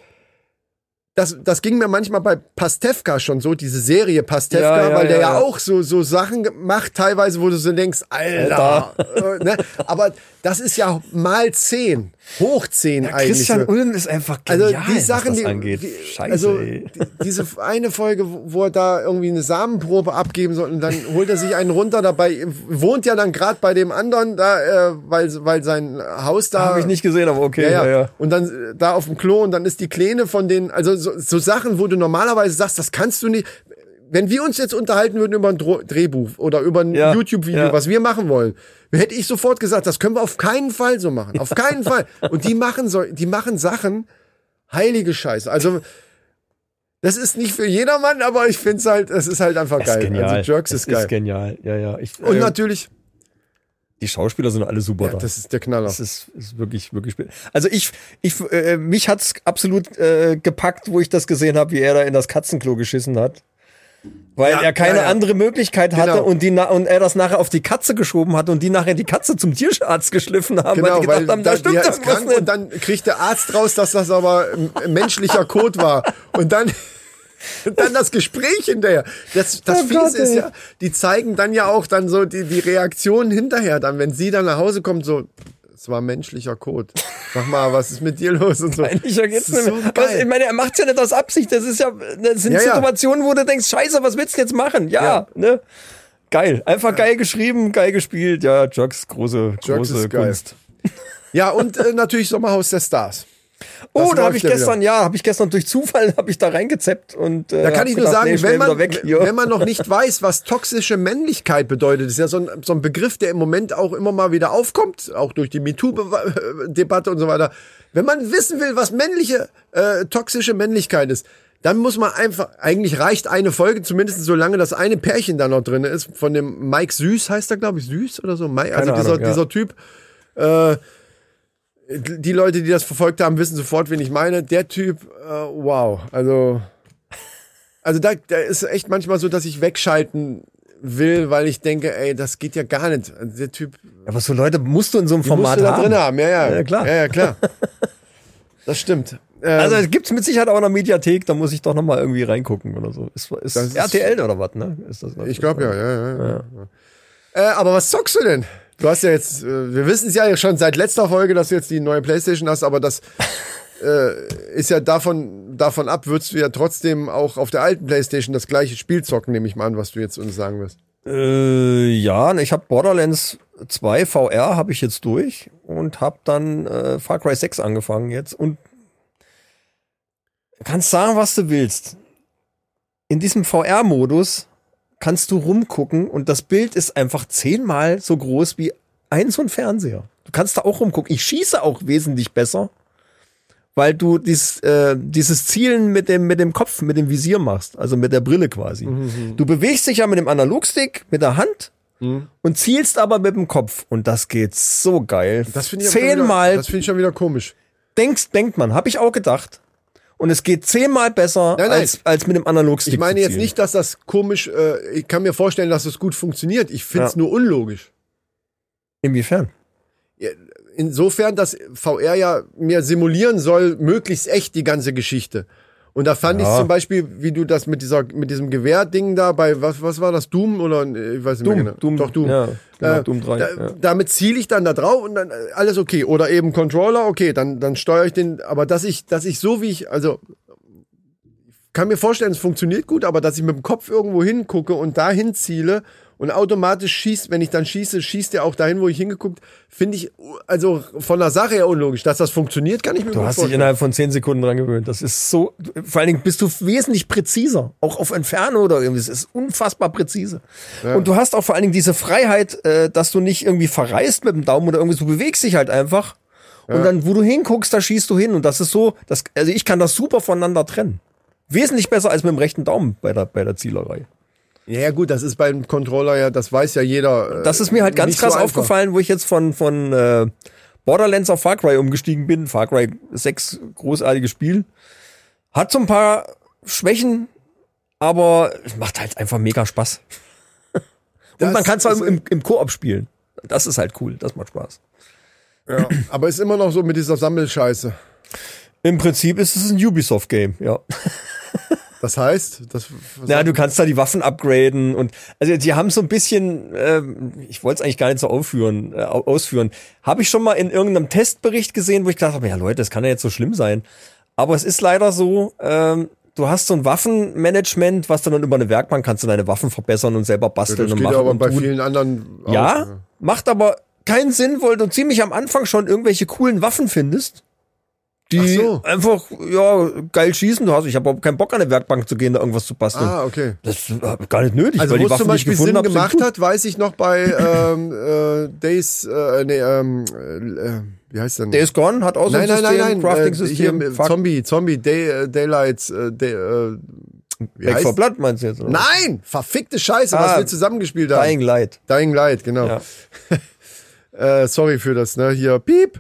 das ging mir manchmal bei Pastewka schon so, diese Serie Pastewka, weil der ja auch so Sachen macht teilweise, wo du so denkst, Alter. Ne? Aber das ist ja mal 10, hoch 10 eigentlich. Christian Ulm ist einfach genial, Also die Sachen, was das angeht. Scheiße, also ey. diese eine Folge, wo er da irgendwie eine Samenprobe abgeben soll und dann holt er sich einen runter, dabei wohnt ja dann gerade bei dem anderen da, weil sein Haus da... Habe ich nicht gesehen, aber okay. Ja. Und dann da auf dem Klo und dann ist die Kleine von den, also so Sachen, wo du normalerweise sagst, das kannst du nicht... Wenn wir uns jetzt unterhalten würden über ein Drehbuch oder über ein YouTube-Video, was wir machen wollen, hätte ich sofort gesagt, das können wir auf keinen Fall so machen. Auf keinen Fall. Und die machen Sachen, heilige Scheiße. Also, das ist nicht für jedermann, aber ich finde es ist halt einfach geil. Genial. Also, Jerks ist geil. Ist genial, ja. Und natürlich, die Schauspieler sind alle super da. das ist der Knaller. Das ist wirklich also mich hat's absolut gepackt, wo ich das gesehen habe, wie er da in das Katzenklo geschissen hat. Weil er keine andere Möglichkeit hatte und er das nachher auf die Katze geschoben hat und die nachher die Katze zum Tierarzt geschliffen haben, weil die gedacht haben, da stimmt das krank nicht. Und dann kriegt der Arzt raus, dass das aber menschlicher Code war. Und dann das Gespräch hinterher. Das Fiese ist ja, die zeigen dann ja auch dann so die Reaktionen hinterher dann, wenn sie dann nach Hause kommt, so, es war menschlicher Code. Sag mal, was ist mit dir los und so. Menschlicher geht's nicht mehr. So ich meine, er macht's ja nicht aus Absicht. Das sind Situationen, wo du denkst, Scheiße, was willst du jetzt machen? Ja. Ne? Geil. Einfach geil geschrieben, geil gespielt. Ja, Jerks, große Kunst. Geil. Ja, und natürlich Sommerhaus der Stars. Oh, da habe ich gestern durch Zufall da reingezappt und da kann ich nur sagen, wenn man noch nicht weiß, was toxische Männlichkeit bedeutet, ist ja so ein Begriff, der im Moment auch immer mal wieder aufkommt, auch durch die MeToo-Debatte und so weiter. Wenn man wissen will, was toxische Männlichkeit ist, dann muss man eigentlich reicht eine Folge, zumindest solange das eine Pärchen da noch drin ist, von dem Mike Süß, heißt er, glaube ich, Süß oder so, dieser Typ, die Leute, die das verfolgt haben, wissen sofort, wen ich meine. Der Typ, wow. Also da ist echt manchmal so, dass ich wegschalten will, weil ich denke, ey, das geht ja gar nicht. Also der Typ. Aber so Leute musst du in so einem Format da drin haben. Ja, klar. Ja, klar. Das stimmt. Also es gibt's mit Sicherheit auch in der Mediathek, da muss ich doch nochmal irgendwie reingucken oder so. Ist RTL oder was, ne? Ist das, ich glaube ja. Aber was zockst du denn? Du hast ja jetzt, wir wissen es ja schon seit letzter Folge, dass du jetzt die neue PlayStation hast, aber das ist ja davon ab, würdest du ja trotzdem auch auf der alten PlayStation das gleiche Spiel zocken, nehme ich mal an, was du jetzt uns sagen wirst. Ja, ich habe Borderlands 2 VR habe ich jetzt durch und habe dann Far Cry 6 angefangen jetzt und kannst sagen, was du willst. In diesem VR-Modus kannst du rumgucken und das Bild ist einfach 10-mal so groß wie so ein Fernseher. Du kannst da auch rumgucken. Ich schieße auch wesentlich besser, weil du dieses Zielen mit dem Kopf, mit dem Visier machst, also mit der Brille quasi. Mhm. Du bewegst dich ja mit dem Analogstick, mit der Hand und zielst aber mit dem Kopf und das geht so geil. Das finde ich 10-mal. Das finde ich schon wieder komisch. Denkt man, habe ich auch gedacht. Und es geht 10-mal besser als mit dem Analogstick. Ich meine jetzt nicht, dass das komisch, ich kann mir vorstellen, dass das gut funktioniert. Ich finde es nur unlogisch. Inwiefern? Ja, insofern, dass VR ja mir simulieren soll, möglichst echt die ganze Geschichte. Und da fand ich zum Beispiel, wie du das mit diesem Gewehrding da bei, was war das, Doom oder, ich weiß nicht mehr genau. Doom. Doch, Doom. Ja, genau, Doom 3. Damit ziele ich dann da drauf und dann alles okay. Oder eben Controller, okay, dann steuere ich den, aber dass ich so wie ich, also, kann mir vorstellen, es funktioniert gut, aber dass ich mit dem Kopf irgendwo hingucke und dahin ziele und automatisch schießt, wenn ich dann schießt der auch dahin, wo ich hingeguckt, finde ich, also von der Sache her unlogisch. Dass das funktioniert, kann ich mir gut vorstellen. Du hast dich innerhalb von 10 Sekunden dran gewöhnt. Das ist so, vor allen Dingen bist du wesentlich präziser. Auch auf Entfernung oder irgendwie. Es ist unfassbar präzise. Ja. Und du hast auch vor allen Dingen diese Freiheit, dass du nicht irgendwie verreist mit dem Daumen oder irgendwie, du bewegst dich halt einfach. Ja. Und dann, wo du hinguckst, da schießt du hin. Und das ist so, also ich kann das super voneinander trennen. Wesentlich besser als mit dem rechten Daumen bei der Zielerei. Ja gut, das ist beim Controller ja, das weiß ja jeder. Das ist mir halt ganz krass aufgefallen, wo ich jetzt von Borderlands auf Far Cry umgestiegen bin. Far Cry 6, großartiges Spiel. Hat so ein paar Schwächen, aber es macht halt einfach mega Spaß. Und man kann es im Koop spielen. Das ist halt cool, das macht Spaß. Ja, aber ist immer noch so mit dieser Sammelscheiße. Im Prinzip ist es ein Ubisoft-Game, ja. Das heißt, Ja, du kannst da die Waffen upgraden und also die haben so ein bisschen, ich wollte es eigentlich gar nicht so ausführen. Habe ich schon mal in irgendeinem Testbericht gesehen, wo ich gedacht habe, ja Leute, das kann ja jetzt so schlimm sein. Aber es ist leider so, du hast so ein Waffenmanagement, was dann über eine Werkbank kannst du deine Waffen verbessern und selber basteln das und geht machen aber und bei tun. vielen anderen auch. Ja, macht aber keinen Sinn, weil du ziemlich am Anfang schon irgendwelche coolen Waffen findest, die Ach so. einfach geil schießen. Ich habe überhaupt keinen Bock an eine Werkbank zu gehen, da irgendwas zu basteln. Ah, okay. Das ist gar nicht nötig, Also weil wo die es zum Waffen, die ich Beispiel gefunden Sinn habe, sind gemacht gut. hat, weiß ich noch bei wie heißt denn? Days Gone hat auch so ein System, Crafting-System. Hier, Zombie, Daylights, wie Back heißt? 4 Blood meinst du jetzt? Oder? Nein, verfickte Scheiße, was wir zusammengespielt haben. Dying Light. Dying Light, genau. Ja. Sorry für das, ne? Hier, piep.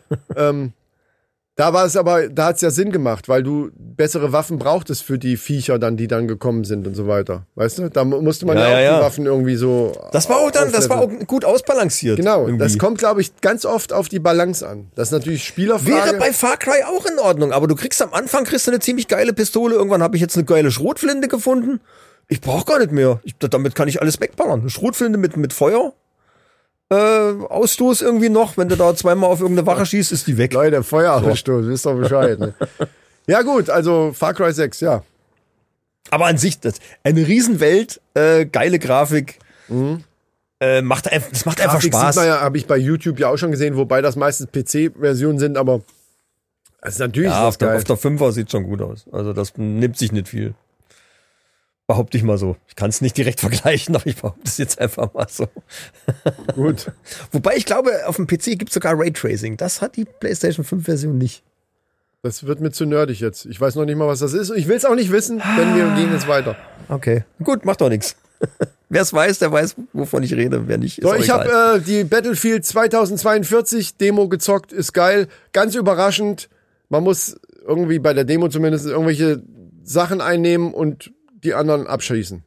Da hat's ja Sinn gemacht, weil du bessere Waffen brauchtest für die Viecher dann, die dann gekommen sind und so weiter. Weißt du? Da musste man ja auch die Waffen irgendwie so. Das war auch gut ausbalanciert. Genau, irgendwie. das kommt, glaube ich, ganz oft auf die Balance an. Das ist natürlich Spielerfrage. Wäre bei Far Cry auch in Ordnung, aber du kriegst am Anfang eine ziemlich geile Pistole. Irgendwann habe ich jetzt eine geile Schrotflinte gefunden. Ich brauche gar nicht mehr. Damit kann ich alles wegballern. Eine Schrotflinte mit Feuer. Ausstoß irgendwie noch. Wenn du da zweimal auf irgendeine Wache schießt, ist die weg. Leute, Feuerausstoß, wisst doch Bescheid. Ne? Ja gut, also Far Cry 6, ja. Aber an sich, eine Riesenwelt, geile Grafik. Das macht einfach Grafik Spaß. Habe ich bei YouTube ja auch schon gesehen, wobei das meistens PC-Versionen sind, aber es ist natürlich Ja, auf geil. der 5er sieht schon gut aus. Also das nimmt sich nicht viel. Behaupte ich mal so. Ich kann es nicht direkt vergleichen, aber ich behaupte es jetzt einfach mal so. Gut. Wobei ich glaube, auf dem PC gibt es sogar Raytracing. Das hat die PlayStation 5 Version nicht. Das wird mir zu nerdig jetzt. Ich weiß noch nicht mal, was das ist und ich will es auch nicht wissen, denn wir gehen jetzt weiter. Okay. Gut, macht doch nichts. Wer es weiß, der weiß, wovon ich rede. Wer nicht, ist So, auch ich egal. habe die Battlefield 2042 Demo gezockt, ist geil. Ganz überraschend. Man muss irgendwie bei der Demo zumindest irgendwelche Sachen einnehmen und die anderen abschießen.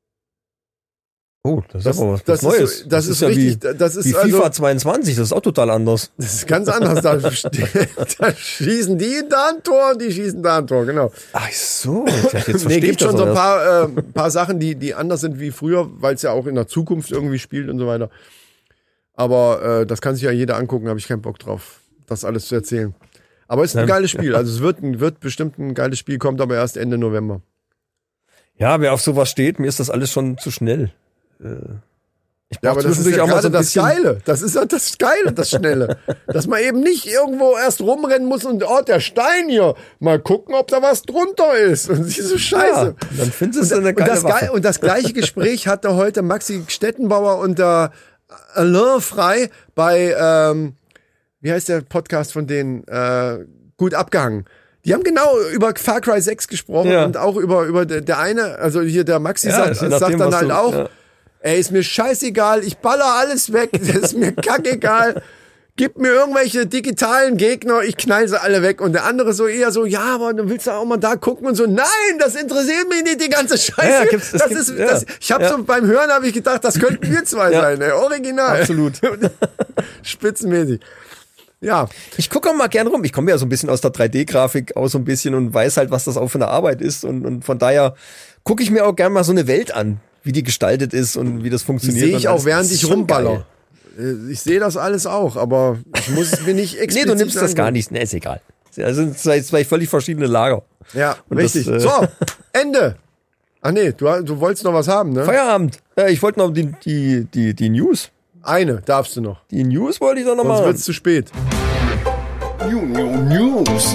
Oh, das ist Das- aber was das ist Neues. so- das ist ja richtig- wie, das ist wie also- FIFA 22, das ist auch total anders. Das ist ganz anders. Da schießen die da ein Tor und die schießen da ein Tor, genau. Ach so, jetzt verstehe Nee, gibt ich das schon so ein erst. paar Sachen, die anders sind wie früher, weil es ja auch in der Zukunft irgendwie spielt und so weiter. Aber das kann sich ja jeder angucken, habe ich keinen Bock drauf, das alles zu erzählen. Aber es ist ein geiles Spiel. Also es wird bestimmt ein geiles Spiel, kommt aber erst Ende November. Ja, wer auf sowas steht, mir ist das alles schon zu schnell. Ich Ja, brauch aber das ist zwischendurch ja auch mal gerade so ein das bisschen- Geile. Das ist ja das Geile, das Schnelle. Dass man eben nicht irgendwo erst rumrennen muss und, der Stein hier, mal gucken, ob da was drunter ist. Und diese Scheiße. Ja, dann findest du eine geile Waffe. Und das gleiche Gespräch hatte heute Maxi Stettenbauer und der Alain Frey bei, wie heißt der Podcast von denen? Gut abgehangen. Die haben genau über Far Cry 6 gesprochen Ja. und auch über der eine, also hier der Maxi Ja, je sagt nachdem, dann was halt du- auch, ja. ey, ist mir scheißegal, ich baller alles weg, das ist mir kackegal. Gib mir irgendwelche digitalen Gegner, ich knall sie alle weg. Und der andere so eher so, ja, aber dann willst du auch mal da gucken und so, nein, das interessiert mich nicht, die ganze Scheiße. Ja, ja. Ich habe so beim Hören habe ich gedacht, das könnten wir zwei Ja. sein, ey, original. Absolut. Spitzenmäßig. Ja, Ich gucke auch mal gern rum. Ich komme ja so ein bisschen aus der 3D-Grafik aus so ein bisschen und weiß halt, was das auch für eine Arbeit ist. Und von daher gucke ich mir auch gern mal so eine Welt an, wie die gestaltet ist und wie das die funktioniert. sehe Und ich alles. auch, während Das ist ich schon rumballer. geil. Ich sehe das alles auch, aber ich muss es mir nicht Nee, explizit du nimmst das gar angucken. nicht. Nee, ist egal. Also sind zwei völlig verschiedene Lager. Ja, Und richtig. das, So, Ende. Ach nee, du wolltest noch was haben, ne? Feierabend. Ich wollte noch die News. Eine darfst du noch. Die News wollte ich doch noch Sonst mal. wird's zu spät. News.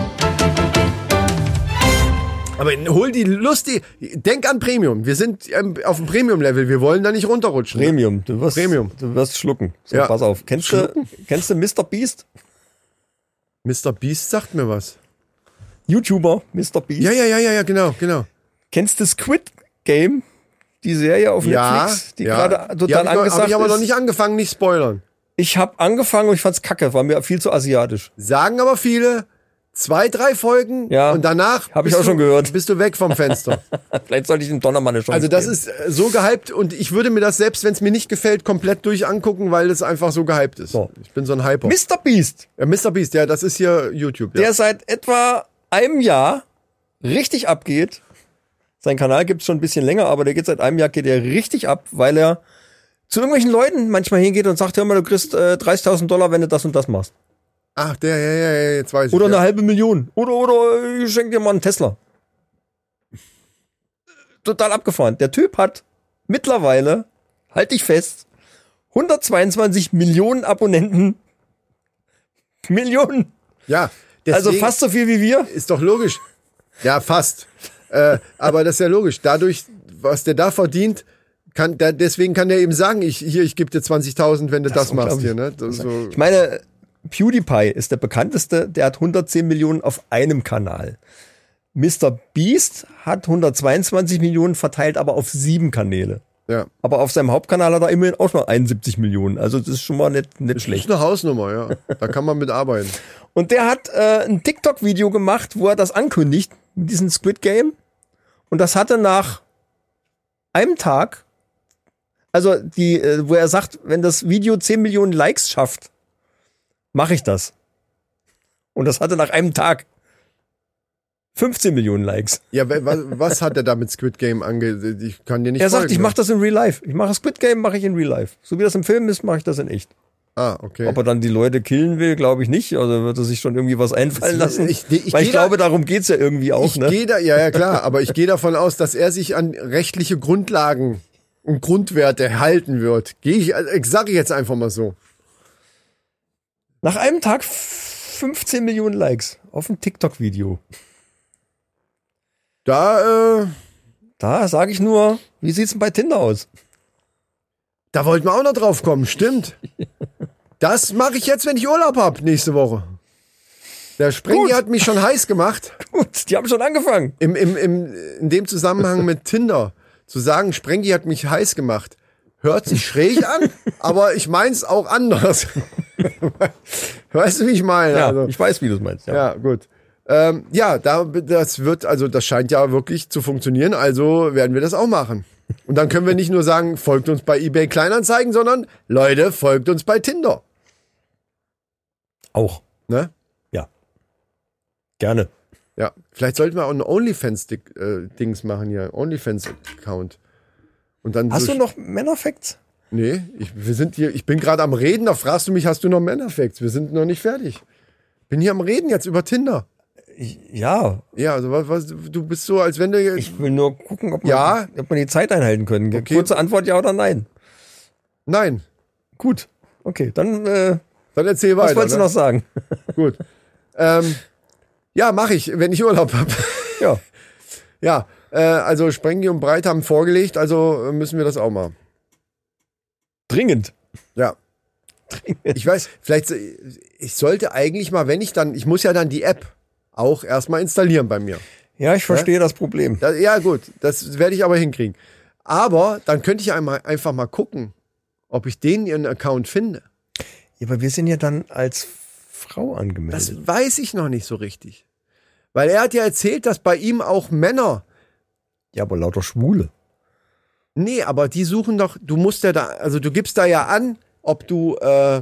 Aber hol die lustige. Denk an Premium. Wir sind auf dem Premium-Level. Wir wollen da nicht runterrutschen. Premium. Du wirst schlucken. So, Ja. pass auf. Kennst du Mr. Beast? Mr. Beast sagt mir was. YouTuber Mr. Beast. Ja, genau. Kennst du Squid Game? Die Serie auf Netflix, die gerade total angesagt Hab ich aber ist. noch nicht angefangen, nicht spoilern. Ich habe angefangen und ich fand's kacke, war mir viel zu asiatisch. Sagen aber viele, 2, 3 Folgen Ja, und danach hab ich bist auch schon gehört. Bist du weg vom Fenster. Vielleicht sollte ich dem Donnermann eine Chance Also das geben. ist so gehypt und ich würde mir das, selbst wenn es mir nicht gefällt, komplett durch angucken, weil es einfach so gehypt ist. So. Ich bin so ein Hyper. Mr. Beast, Mr. Beast, ja, das ist hier YouTube. Ja. der seit etwa einem Jahr richtig abgeht. Sein Kanal gibt's schon ein bisschen länger, aber der geht seit einem Jahr geht er richtig ab, weil er zu irgendwelchen Leuten manchmal hingeht und sagt, hör mal, du kriegst $30.000, wenn du das und das machst. Ach, ja, jetzt weiß ich. Oder ja. eine halbe Million. Oder ich schenke dir mal einen Tesla. Total abgefahren. Der Typ hat mittlerweile, halt dich fest, 122 Millionen Abonnenten. Millionen. Ja, Also deswegen fast so viel wie wir. ist doch logisch. Ja, fast. Aber das ist ja logisch. Dadurch, was der da verdient, deswegen kann der eben sagen, ich gebe dir 20.000, wenn du das machst hier. Ne? Das ist so. Ich meine, PewDiePie ist der bekannteste, der hat 110 Millionen auf einem Kanal. Mr. Beast hat 122 Millionen verteilt, aber auf 7 Kanäle. Ja. Aber auf seinem Hauptkanal hat er immerhin auch noch 71 Millionen. Also das ist schon mal nicht Das schlecht. ist eine Hausnummer, ja. Da kann man mit arbeiten. Und der hat ein TikTok-Video gemacht, wo er das ankündigt, mit diesem Squid Game. Und das hatte nach einem Tag, also wo er sagt, wenn das Video 10 Millionen Likes schafft, mache ich das. Und das hatte nach einem Tag 15 Millionen Likes. Ja, was hat er da mit Squid Game Ich kann dir nicht Er sagt, folgen, ich ne? mache das in Real Life. Ich mache Squid Game, mache ich in Real Life. So wie das im Film ist, mache ich das in echt. Ah, okay. Ob er dann die Leute killen will, glaube ich nicht. Also wird er sich schon irgendwie was einfallen lassen. Ich Weil ich geh da- glaube, darum geht's ja irgendwie auch, Ich ne? gehe da, ja klar, aber ich gehe davon aus, dass er sich an rechtliche Grundlagen und Grundwerte halten wird. Sage ich jetzt einfach mal so. Nach einem Tag 15 Millionen Likes auf ein TikTok-Video. Da Da sage ich nur, wie sieht's denn bei Tinder aus? wollten wir auch noch drauf kommen, stimmt. Das mache ich jetzt, wenn ich Urlaub habe, nächste Woche. Der Sprengi Gut. hat mich schon heiß gemacht. Gut, die haben schon angefangen. In dem Zusammenhang mit Tinder. Zu sagen, Sprengi hat mich heiß gemacht. Hört sich schräg an, aber ich mein's auch anders. Weißt du, wie ich meine? Ja, Also, ich weiß, wie du es meinst. Ja. ja, gut. Das scheint ja wirklich zu funktionieren, also werden wir das auch machen. Und dann können wir nicht nur sagen, folgt uns bei eBay Kleinanzeigen, sondern Leute, folgt uns bei Tinder. Auch. Ne? Ja. Gerne. Ja, vielleicht sollten wir auch einen OnlyFans-Dings machen hier, OnlyFans-Account. Und dann Hast so du noch Männerfacts? Nee, ich bin gerade am Reden, da fragst du mich, hast du noch Männerfacts? Wir sind noch nicht fertig. Bin hier am Reden jetzt über Tinder. Ja. Ja, also du bist so, als wenn du jetzt. Ich will nur gucken, ob Ja. ob man die Zeit einhalten können. Okay. Kurze Antwort, ja oder nein. Nein, Gut. Okay, dann dann erzähl was weiter. wolltest du noch sagen? Gut. Ja, mache ich, wenn ich Urlaub habe. Ja. Ja, also Sprengi und Breit haben vorgelegt, also müssen wir das auch machen. Dringend. Ja. Ich weiß, vielleicht, ich sollte eigentlich mal, ich muss ja dann die App auch erstmal installieren bei mir. Ja, ich verstehe das Problem. Ja gut, das werde ich aber hinkriegen. Aber dann könnte ich einfach mal gucken, ob ich ihren Account finde. Ja, aber wir sind ja dann als Frau angemeldet. Das weiß ich noch nicht so richtig. Weil er hat ja erzählt, dass bei ihm auch Männer. Ja, aber lauter Schwule. Nee, aber die suchen doch, du musst ja da, also du gibst da ja an, ob du,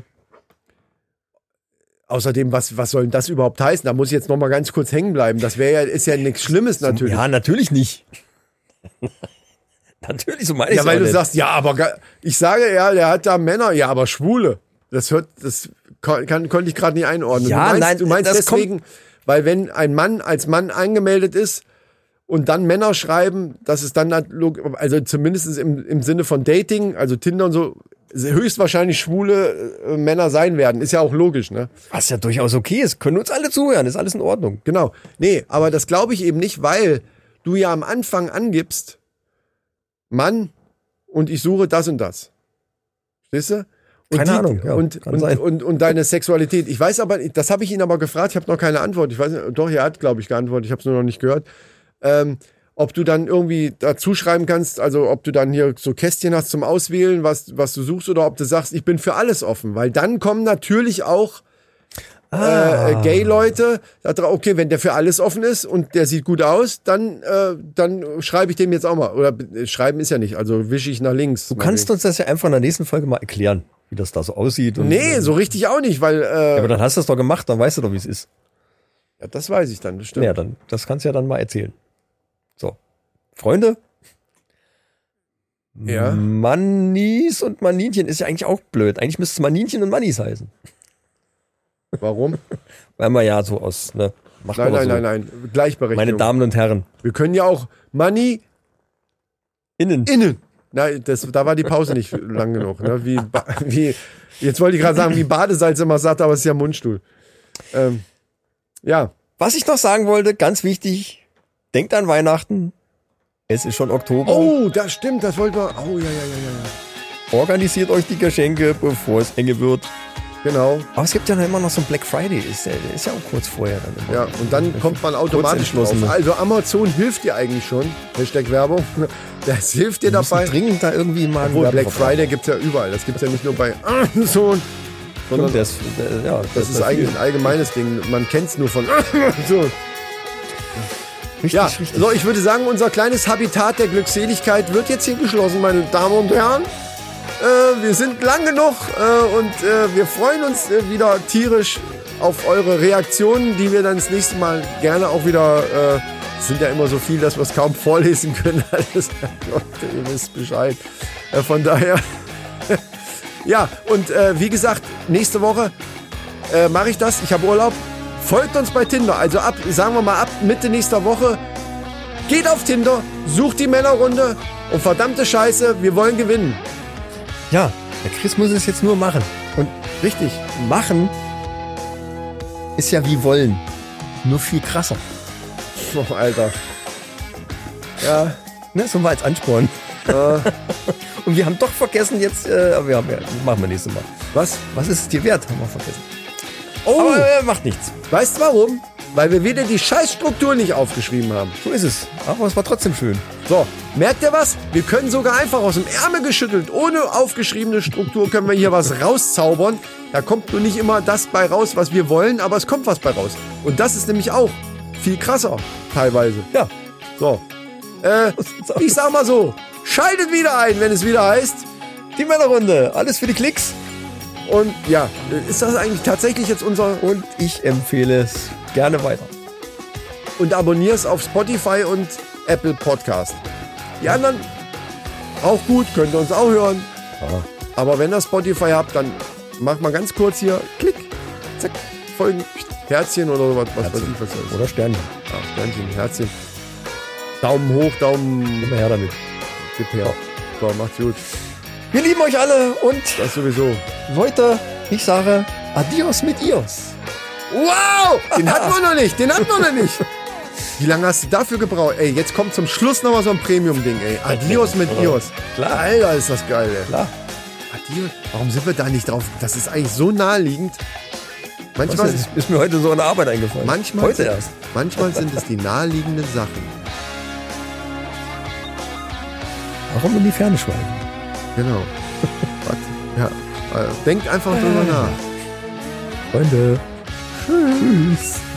außerdem, was soll denn das überhaupt heißen? Da muss ich jetzt noch mal ganz kurz hängen bleiben. Das ist ja nichts Schlimmes natürlich. Ja, natürlich nicht. Natürlich, so meine ich Ja, weil du sagst, ja, aber ich sage ja, der hat da Männer, ja, aber Schwule. Das konnte ich gerade nicht einordnen. Ja, du meinst das deswegen, weil wenn ein Mann als Mann angemeldet ist und dann Männer schreiben, dass es dann, also zumindest im Sinne von Dating, also Tinder und so, höchstwahrscheinlich schwule Männer sein werden. Ist ja auch logisch, ne? Was ja durchaus okay ist. Können uns alle zuhören, ist alles in Ordnung. Genau. Nee, aber das glaube ich eben nicht, weil du ja am Anfang angibst, Mann, und ich suche das und das. Verstehst du? Und Keine Ahnung, ja, kann sein. und deine Sexualität. Ich weiß aber, das habe ich ihn aber gefragt, ich habe noch keine Antwort. Ich weiß nicht, doch, er hat, glaube ich, geantwortet, ich habe es nur noch nicht gehört. Ob du dann irgendwie dazu schreiben kannst, also ob du dann hier so Kästchen hast zum Auswählen, was du suchst, oder ob du sagst, ich bin für alles offen. Weil dann kommen natürlich auch Gay-Leute. Okay, wenn der für alles offen ist und der sieht gut aus, dann schreibe ich dem jetzt auch mal. Oder schreiben ist ja nicht, also wische ich nach links. Du kannst uns das ja einfach in der nächsten Folge mal erklären, wie das da so aussieht. Und Nee, so richtig auch nicht, weil... Ja, aber dann hast du es doch gemacht, dann weißt du doch, wie es ist. Ja, das weiß ich dann, das stimmt. Ja, dann, das kannst du ja dann mal erzählen. So. Freunde? Ja. Mannis und Maninchen ist ja eigentlich auch blöd. Eigentlich müsste es Maninchen und Mannis heißen. Warum? Weil man ja so aus, ne? Macht man doch so. Nein. Gleichberechtigung. Meine Damen und Herren. Wir können ja auch Money Innen. Nein, da war die Pause nicht lang genug. Ne? Wie, jetzt wollte ich gerade sagen, wie Badesalz immer sagt, aber es ist ja Mundstuhl. Ja. Was ich noch sagen wollte, ganz wichtig, denkt an Weihnachten. Es ist schon Oktober. Oh, das stimmt, das wollten wir. Oh, ja. Organisiert euch die Geschenke, bevor es enge wird. Genau. Aber es gibt ja noch immer noch so ein Black Friday, der ist ja auch kurz vorher dann immer. Ja, und dann kommt man automatisch drauf. Also Amazon hilft dir eigentlich schon. Hashtag Werbung. Das hilft dir Wir müssen dabei. dringend da irgendwie mal Obwohl, Black Friday gibt's ja überall. Das gibt's ja nicht nur bei Amazon. Sondern Das ist eigentlich ein allgemeines Ding. Man kennt's nur von Amazon. richtig, Ja, richtig. so, ich würde sagen, unser kleines Habitat der Glückseligkeit wird jetzt hier geschlossen, meine Damen und Herren. Wir sind lang genug und wir freuen uns wieder tierisch auf eure Reaktionen, die wir dann das nächste Mal gerne auch wieder, es sind ja immer so viel, dass wir es kaum vorlesen können. Alles, Leute, ihr wisst Bescheid. Von daher, ja, und wie gesagt, nächste Woche mache ich das. Ich habe Urlaub. Folgt uns bei Tinder. Also sagen wir mal ab Mitte nächster Woche. Geht auf Tinder, sucht die Männerrunde und verdammte Scheiße, wir wollen gewinnen. Ja, der Chris muss es jetzt nur machen. Und Richtig. machen ist ja wie wollen. Nur viel krasser. Oh, Alter. Ja. Ne, so mal als Ansporn. Und wir haben doch vergessen jetzt, aber machen wir nächstes Mal. Was? Was ist es dir wert? Haben wir vergessen. Oh, Aber macht nichts. weißt du warum? Weil wir wieder die Scheißstruktur nicht aufgeschrieben haben. So ist es. Aber es war trotzdem schön. So, merkt ihr was? Wir können sogar einfach aus dem Ärmel geschüttelt, ohne aufgeschriebene Struktur können wir hier was rauszaubern. Da kommt nur nicht immer das bei raus, was wir wollen, aber es kommt was bei raus. Und das ist nämlich auch viel krasser, teilweise. Ja. So, ich sag mal so, schaltet wieder ein, wenn es wieder heißt. Die Männerrunde. Alles für die Klicks. Und ja, ist das eigentlich tatsächlich jetzt unser... Und ich empfehle es gerne weiter. Und abonnier's auf Spotify und Apple Podcast. Die anderen auch gut, könnt ihr uns auch hören. Ja. Aber wenn ihr Spotify habt, dann macht mal ganz kurz hier, klick, zack, folgen, Herzchen oder sowas, was weiß ich, was das ist. Oder Sternchen. Ah, Sternchen, Herzchen. Daumen hoch, Daumen, Immer her damit. gib her. So, macht's gut. Wir lieben euch alle und Das sowieso. Leute, ich sage Adios mit Ios. Wow! Den hatten wir noch nicht, Wie lange hast du dafür gebraucht? Ey, jetzt kommt zum Schluss noch mal so ein Premium-Ding, ey. Adios mit Ios. Klar. Alter, ist das geil, ey. Klar. Adios. Warum sind wir da nicht drauf? Das ist eigentlich so naheliegend. Manchmal, Das ist mir heute so eine Arbeit eingefallen. Heute erst. Manchmal sind es die naheliegenden Sachen. Warum in die Ferne schweifen? Genau. Ja, denkt einfach drüber nach. Freunde. Tschüss.